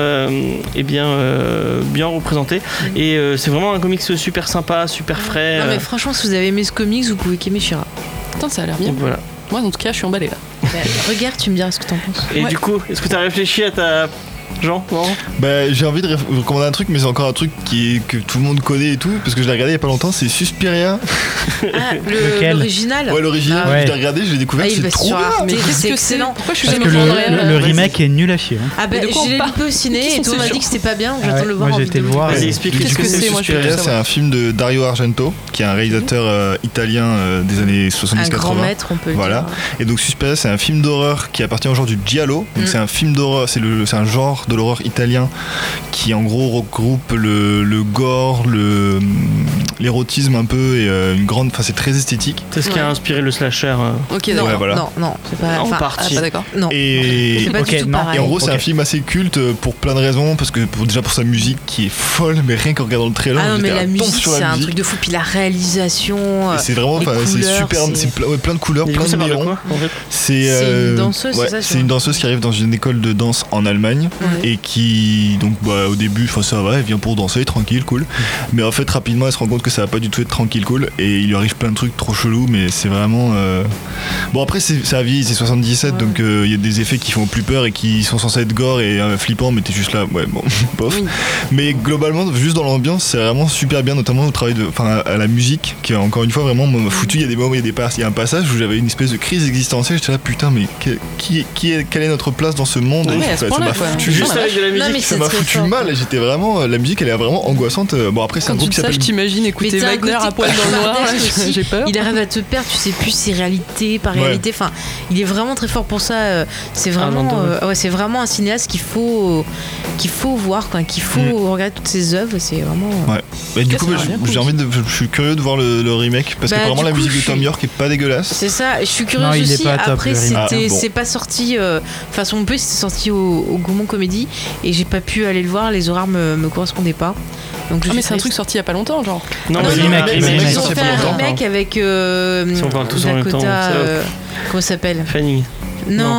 représentées. Et c'est vraiment un comics super sympa, super frais. Non, mais franchement, si vous avez aimé ce comics, vous pouvez qu'aimer She-Ra. Putain, ça a l'air bien. donc voilà. Moi, en tout cas, je suis emballé là. Regarde, tu me diras ce que t'en penses. Et Ouais. du coup, est-ce que t'as réfléchi à ta. Jean, non Bah, j'ai envie de recommander un truc, mais c'est encore un truc que tout le monde connaît et tout, parce que je l'ai regardé il y a pas longtemps, c'est Suspiria. Ah, Lequel l'original. Ouais, l'original, Ah ouais. je l'ai regardé, je l'ai découvert, Ah, il c'est va trop sur bien. Arte, Mais qu'est-ce c'est que excellent. Pourquoi je suis Parce jamais que au courant le remake est nul à chier. hein. Ah bah Mais de quoi je on l'ai parle loupé au ciné Qui et sont tout ces m'a gens dit que c'était pas bien. Ah J'attends ouais, de le voir moi, en j'ai été le vidéo. voir. Vas-y, et- explique Qu'est-ce qu'est-ce que que c'est, c'est moi, je Suspiria, c'est un film de Dario Argento, qui est un réalisateur italien des années Un grand 70-80. maître, on peut le Voilà. dire. Et donc Suspiria, c'est un film d'horreur qui appartient au genre du giallo. Donc c'est un film d'horreur, c'est un genre de l'horreur italien qui en gros regroupe le gore, l'érotisme un peu et une grande. Enfin, c'est très esthétique. C'est ce qui a inspiré le slasher. Ok, Non, d'accord. Ouais, voilà. non, c'est pas. En enfin, partie. Ah, pas d'accord. non. Et C'est pas Ok, du tout non. pareil. Et en gros, c'est Ok. un film assez culte pour plein de raisons, parce que déjà pour sa musique qui est folle, mais rien qu'en regardant le trailer, Ah non, mais j'étais la à tombe musique, sur c'est la un musique. truc de fou. Puis la réalisation. Et c'est vraiment, les enfin, c'est couleurs, super, c'est- c'est plein de couleurs, Et du plein coup, ça de parle de néons. quoi en fait C'est une danseuse, ouais, c'est ça, c'est une danseuse qui arrive dans une école de danse en Allemagne et qui, donc, bah, au début, enfin, ça va, elle vient pour danser, tranquille, cool. Mais en fait, rapidement, elle se rend compte que ça va pas du tout être tranquille, cool. Et il lui arrive plein de trucs trop chelous, mais c'est vraiment. Bon, après, ça vieillit, c'est 77, donc il y a des effets qui font plus peur et qui sont censés être gore et flippants, mais t'es juste là, ouais, bon, bof. Oui. Mais globalement, juste dans l'ambiance, c'est vraiment super bien, notamment au travail à la musique, qui encore une fois vraiment m'a foutu. Il y a des moments, il y a un passage où j'avais une espèce de crise existentielle. J'étais là, putain, mais quelle est notre place dans ce monde? Ouais, Et à ce ça point-là, m'a quoi. foutu Juste avec de la Non, mais musique. ça c'est m'a très foutu fort. mal. J'étais vraiment, la musique, elle est vraiment angoissante. Bon, après, c'est un Quand tu groupe dis qui ça, je s'appelle. t'imagine écouter Mais t'as un Wagner côté à poil dans le noir. Bardesque là, aussi. J'ai peur. Il arrive à te perdre, tu sais plus si réalité, pas Ouais. réalité. Enfin, il est vraiment très fort pour ça. C'est vraiment, Argento, c'est vraiment un cinéaste qu'il faut voir, quoi, qu'il faut regarder toutes ses œuvres. C'est vraiment. Ouais. Et du Ça coup, a l'air bien j'ai cool. envie je suis curieux de voir le remake parce que Bah, vraiment du la coup, musique de je suis- Tom York est pas dégueulasse. C'est ça, je suis curieuse Non, il est aussi. pas top, Après, le remake. Ah, bon. c'est pas sorti. Enfin, son peu, c'était sorti au Gaumont Comédie et j'ai pas pu aller le voir. Les horaires me correspondaient pas. Donc, je Ah, mais suis c'est un triste. truc sorti il y a pas longtemps, genre. Non, le mais remake, mais- le mais- remake. Ils ont c'est fait pas un longtemps. remake avec Si on parle tous en même temps, Dakota, c'est comment ça s'appelle? Fanning. Non,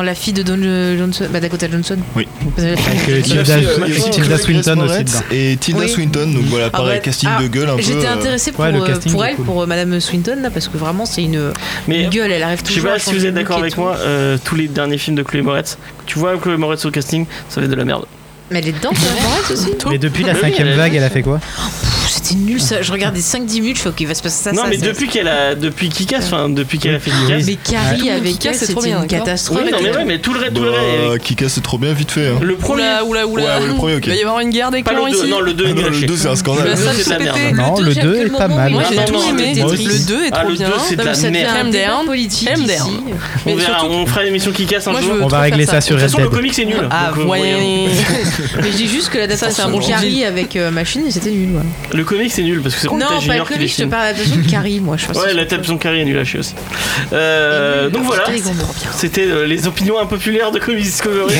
Attends, la fille de Don Johnson, Dakota Johnson. Oui. Avec Tilda Swinton aussi dedans. Et Tilda Swinton, donc voilà, pareil, casting de gueule un peu. J'étais intéressée pour elle, pour Madame Swinton, là, parce que vraiment, c'est une gueule, elle arrive toujours. Je sais pas si vous êtes d'accord avec moi, tous les derniers films de Chloé Moretz, tu vois Chloé Moretz au casting, ça fait de la merde. Mais elle est dedans, Chloé Moretz aussi. Mais depuis la 5ème vague, elle a fait quoi? C'était nul ça, je regardais 5-10 minutes, je fais ok, il va se passer ça. Non, mais depuis qu'elle a fait Kick-Ass. Mais Carrie avec elle, c'était une catastrophe. Oui, non, mais ouais, mais tout le reste. Kick-Ass, c'est trop bien, vite fait. Hein. Le premier. Oula. Ouais, le premier, ok. Il va y avoir une guerre des clans ici. Non, le 2 est nul. Le 2, c'est un scandale. Le 2, c'est de la merde. Non, le 2 est pas mal. Moi, j'ai tout aimé. Le 2 est trop bien. C'est de la merde. Calm politique. On verra, on fera une émission Kick-Ass un jour. On va régler ça sur De toute Red façon, le Dead. comic c'est nul. Ah ouais. Mais je dis juste que l'adaptation de Carrie avec Machine, c'était nul. Le comic c'est nul parce que c'est Non, pas le comic, je te parle de l'adaptation de Carrie, moi je pense. Ouais, l'adaptation de Carrie est nulle à chier aussi. Donc voilà, c'était les opinions impopulaires de Comics Discovery.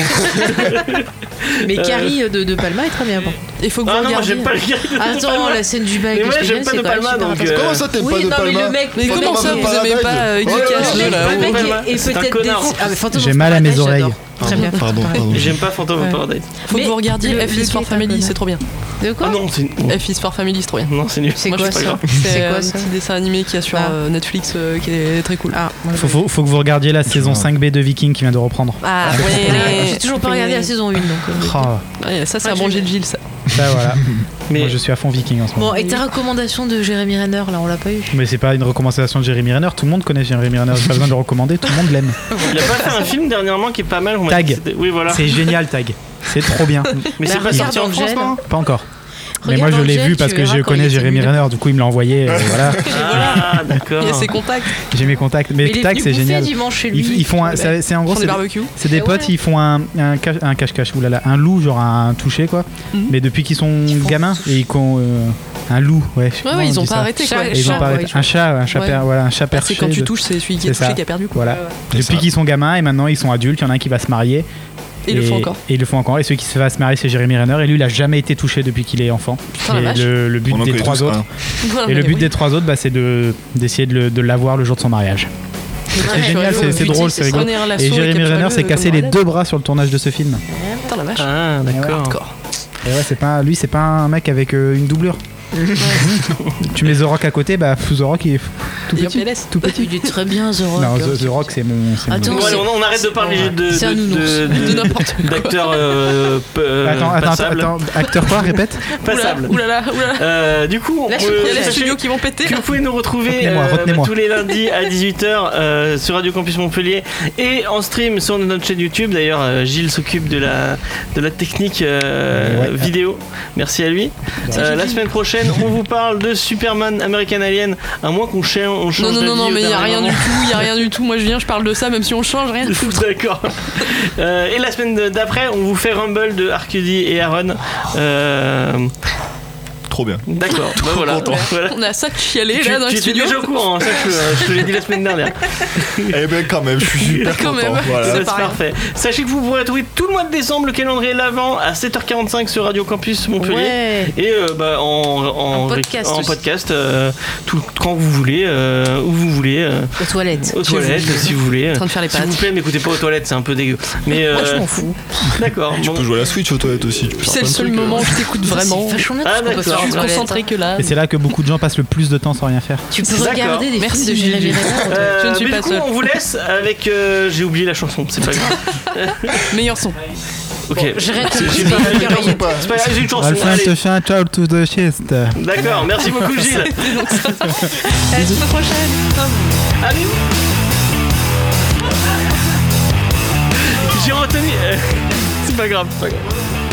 Mais Carrie de Palma est très bien. Il faut que vous Ah non, moi regardiez. j'aime pas le Carrie de Palma. Attends, la scène du bail. Mais ouais, j'aime pas de Palma donc. Comment ça, t'aimes pas de Palma? Mais comment ça, vous aimez pas Kick-Ass Le mec est C'est un peut-être connard. J'ai mal à mes oreilles. Très bien. Pardon. J'aime pas Phantom of Paradise. Faut que vous regardiez F is for Family, c'est trop bien. De quoi? Ah non, c'est F is for Family, c'est trop bien. non, c'est nul. C'est Moi, quoi je sais ça? pas. C'est un petit dessin animé qu'il y a sur Netflix qui est très cool. Faut que vous regardiez la saison 5B de Viking qui vient de reprendre. Ah ouais. J'ai toujours pas regardé la saison 1 donc. Ouais, ça c'est un bon Gilles ça. Ça voilà. Mais Moi je suis à fond Viking en ce moment. Bon, et ta recommandation de Jeremy Renner, là, on l'a pas eu. Mais c'est pas une recommandation de Jeremy Renner, tout le monde connaît Jeremy Renner, j'ai pas besoin de le recommander, tout le monde l'aime. il a pas fait un film dernièrement qui est pas mal. on m'a Tag. dit que c'était- Oui, voilà. C'est génial Tag, c'est trop bien. Mais c'est Bah, pas sorti en regarde France, Angel. non Pas encore. Mais Regarde moi je l'ai Angel, vu parce tu que verras je quand connais il était Jeremy nul. Renner, du coup il me l'a envoyé, voilà. Ah, d'accord. Il y a ses contacts. J'ai mes contacts. Mais Il est Tag venu c'est bouffer génial. dimanche chez lui. Ils font c'est en gros Pour des barbecues. c'est des potes, ils font un cache-cache, oulala, un loup, genre un touché quoi. Mais depuis qu'ils sont gamins, et ils un loup, ouais. je sais pas Ouais, comment ils on ont dit pas ça. arrêté quoi. Et ils ont pas arrêté. Un chat Ouais. voilà, un chat Parce que perché. quand tu touches, c'est celui qui est C'est touché ça. qui a perdu quoi. Voilà. Depuis qu'ils sont gamins et maintenant ils sont adultes, il y en a un qui va se marier. Et ils le font encore. Et ils le font encore. Et celui qui se va se marier, c'est Jeremy Renner. Et lui, il a jamais été touché depuis qu'il est enfant. Putain, la Et vache. le but des trois autres. Et le but des trois autres, c'est d'essayer de l'avoir le jour de son mariage. C'est génial, c'est drôle, c'est rigolo. Et Jeremy Renner s'est cassé les 2 bras sur le tournage de ce film. Putain la vache. Ah, d'accord. Et ouais, c'est pas un mec avec une doublure. Tu mets The Rock à côté, bah The Rock il est tout Il est en petit. PLS. Tout petit. Il est très bien, The Rock. Non, The Rock c'est mon. Attends, Bon, allez, on arrête de parler C'est un nounours. De n'importe quoi. d'acteurs Attends, acteur quoi, répète. passables. Oulala. Du coup, Là, Il y a les sachez studios qui vont péter. que vous pouvez nous retrouver Retenez-moi. tous les lundis à 18h sur Radio Campus Montpellier et en stream sur notre chaîne YouTube. D'ailleurs, Gilles s'occupe de la technique vidéo. Merci à lui. La semaine prochaine, on vous parle de Superman American Alien. À moins qu'on change Non, d'avis mais il y a rien dernièrement. du tout. Il y a rien du tout. Moi je viens, je parle de ça, même si on change, rien du tout. D'accord. Et la semaine d'après, on vous fait Rumble de Arcudi et Aaron. Trop bien. D'accord. Bah voilà. Voilà. On a ça de chialer Tu là dans le étais studio. déjà au courant, hein, ça je te l'ai dit la semaine dernière. Eh ben quand même, je suis super Quand content. même. Voilà. C'est pas rien. parfait. Sachez que vous pourrez trouver tout le mois de décembre le calendrier l'avant à 7h45 sur Radio Campus Montpellier. Ouais. Et en podcast en aussi. podcast quand vous voulez, où vous voulez, Aux toilettes. aux toilettes si vous voulez. En train de faire les S'il vous pattes. plaît, n'écoutez pas aux toilettes, c'est un peu dégueu. Mais Moi, je m'en fous. D'accord. Tu bon. peux jouer à la Switch aux toilettes aussi. Tu peux C'est faire le plein seul de trucs, moment où je t'écoute vraiment. C'est vachement bien Ah, parce qu'on peut d'accord. faire Je suis aux toilettes. concentré que là. Et c'est là que beaucoup de gens passent le plus de temps sans rien faire. Tu peux D'accord. regarder des Merci, films de Jeremy Gilles. Renner. Je ne suis mais pas du coup, seule. on vous laisse avec. J'ai oublié la chanson, c'est pas grave. Meilleur son. Ok. J'ai rien C'est compris. pas grave, J'ai rien ou pas c'est pas grave, j'ai une chanson. Alpha Allez. te fait un ciao to the chest. D'accord, merci beaucoup Gilles. À la semaine prochaine. Allez. J'ai retenu. C'est pas grave, c'est pas grave.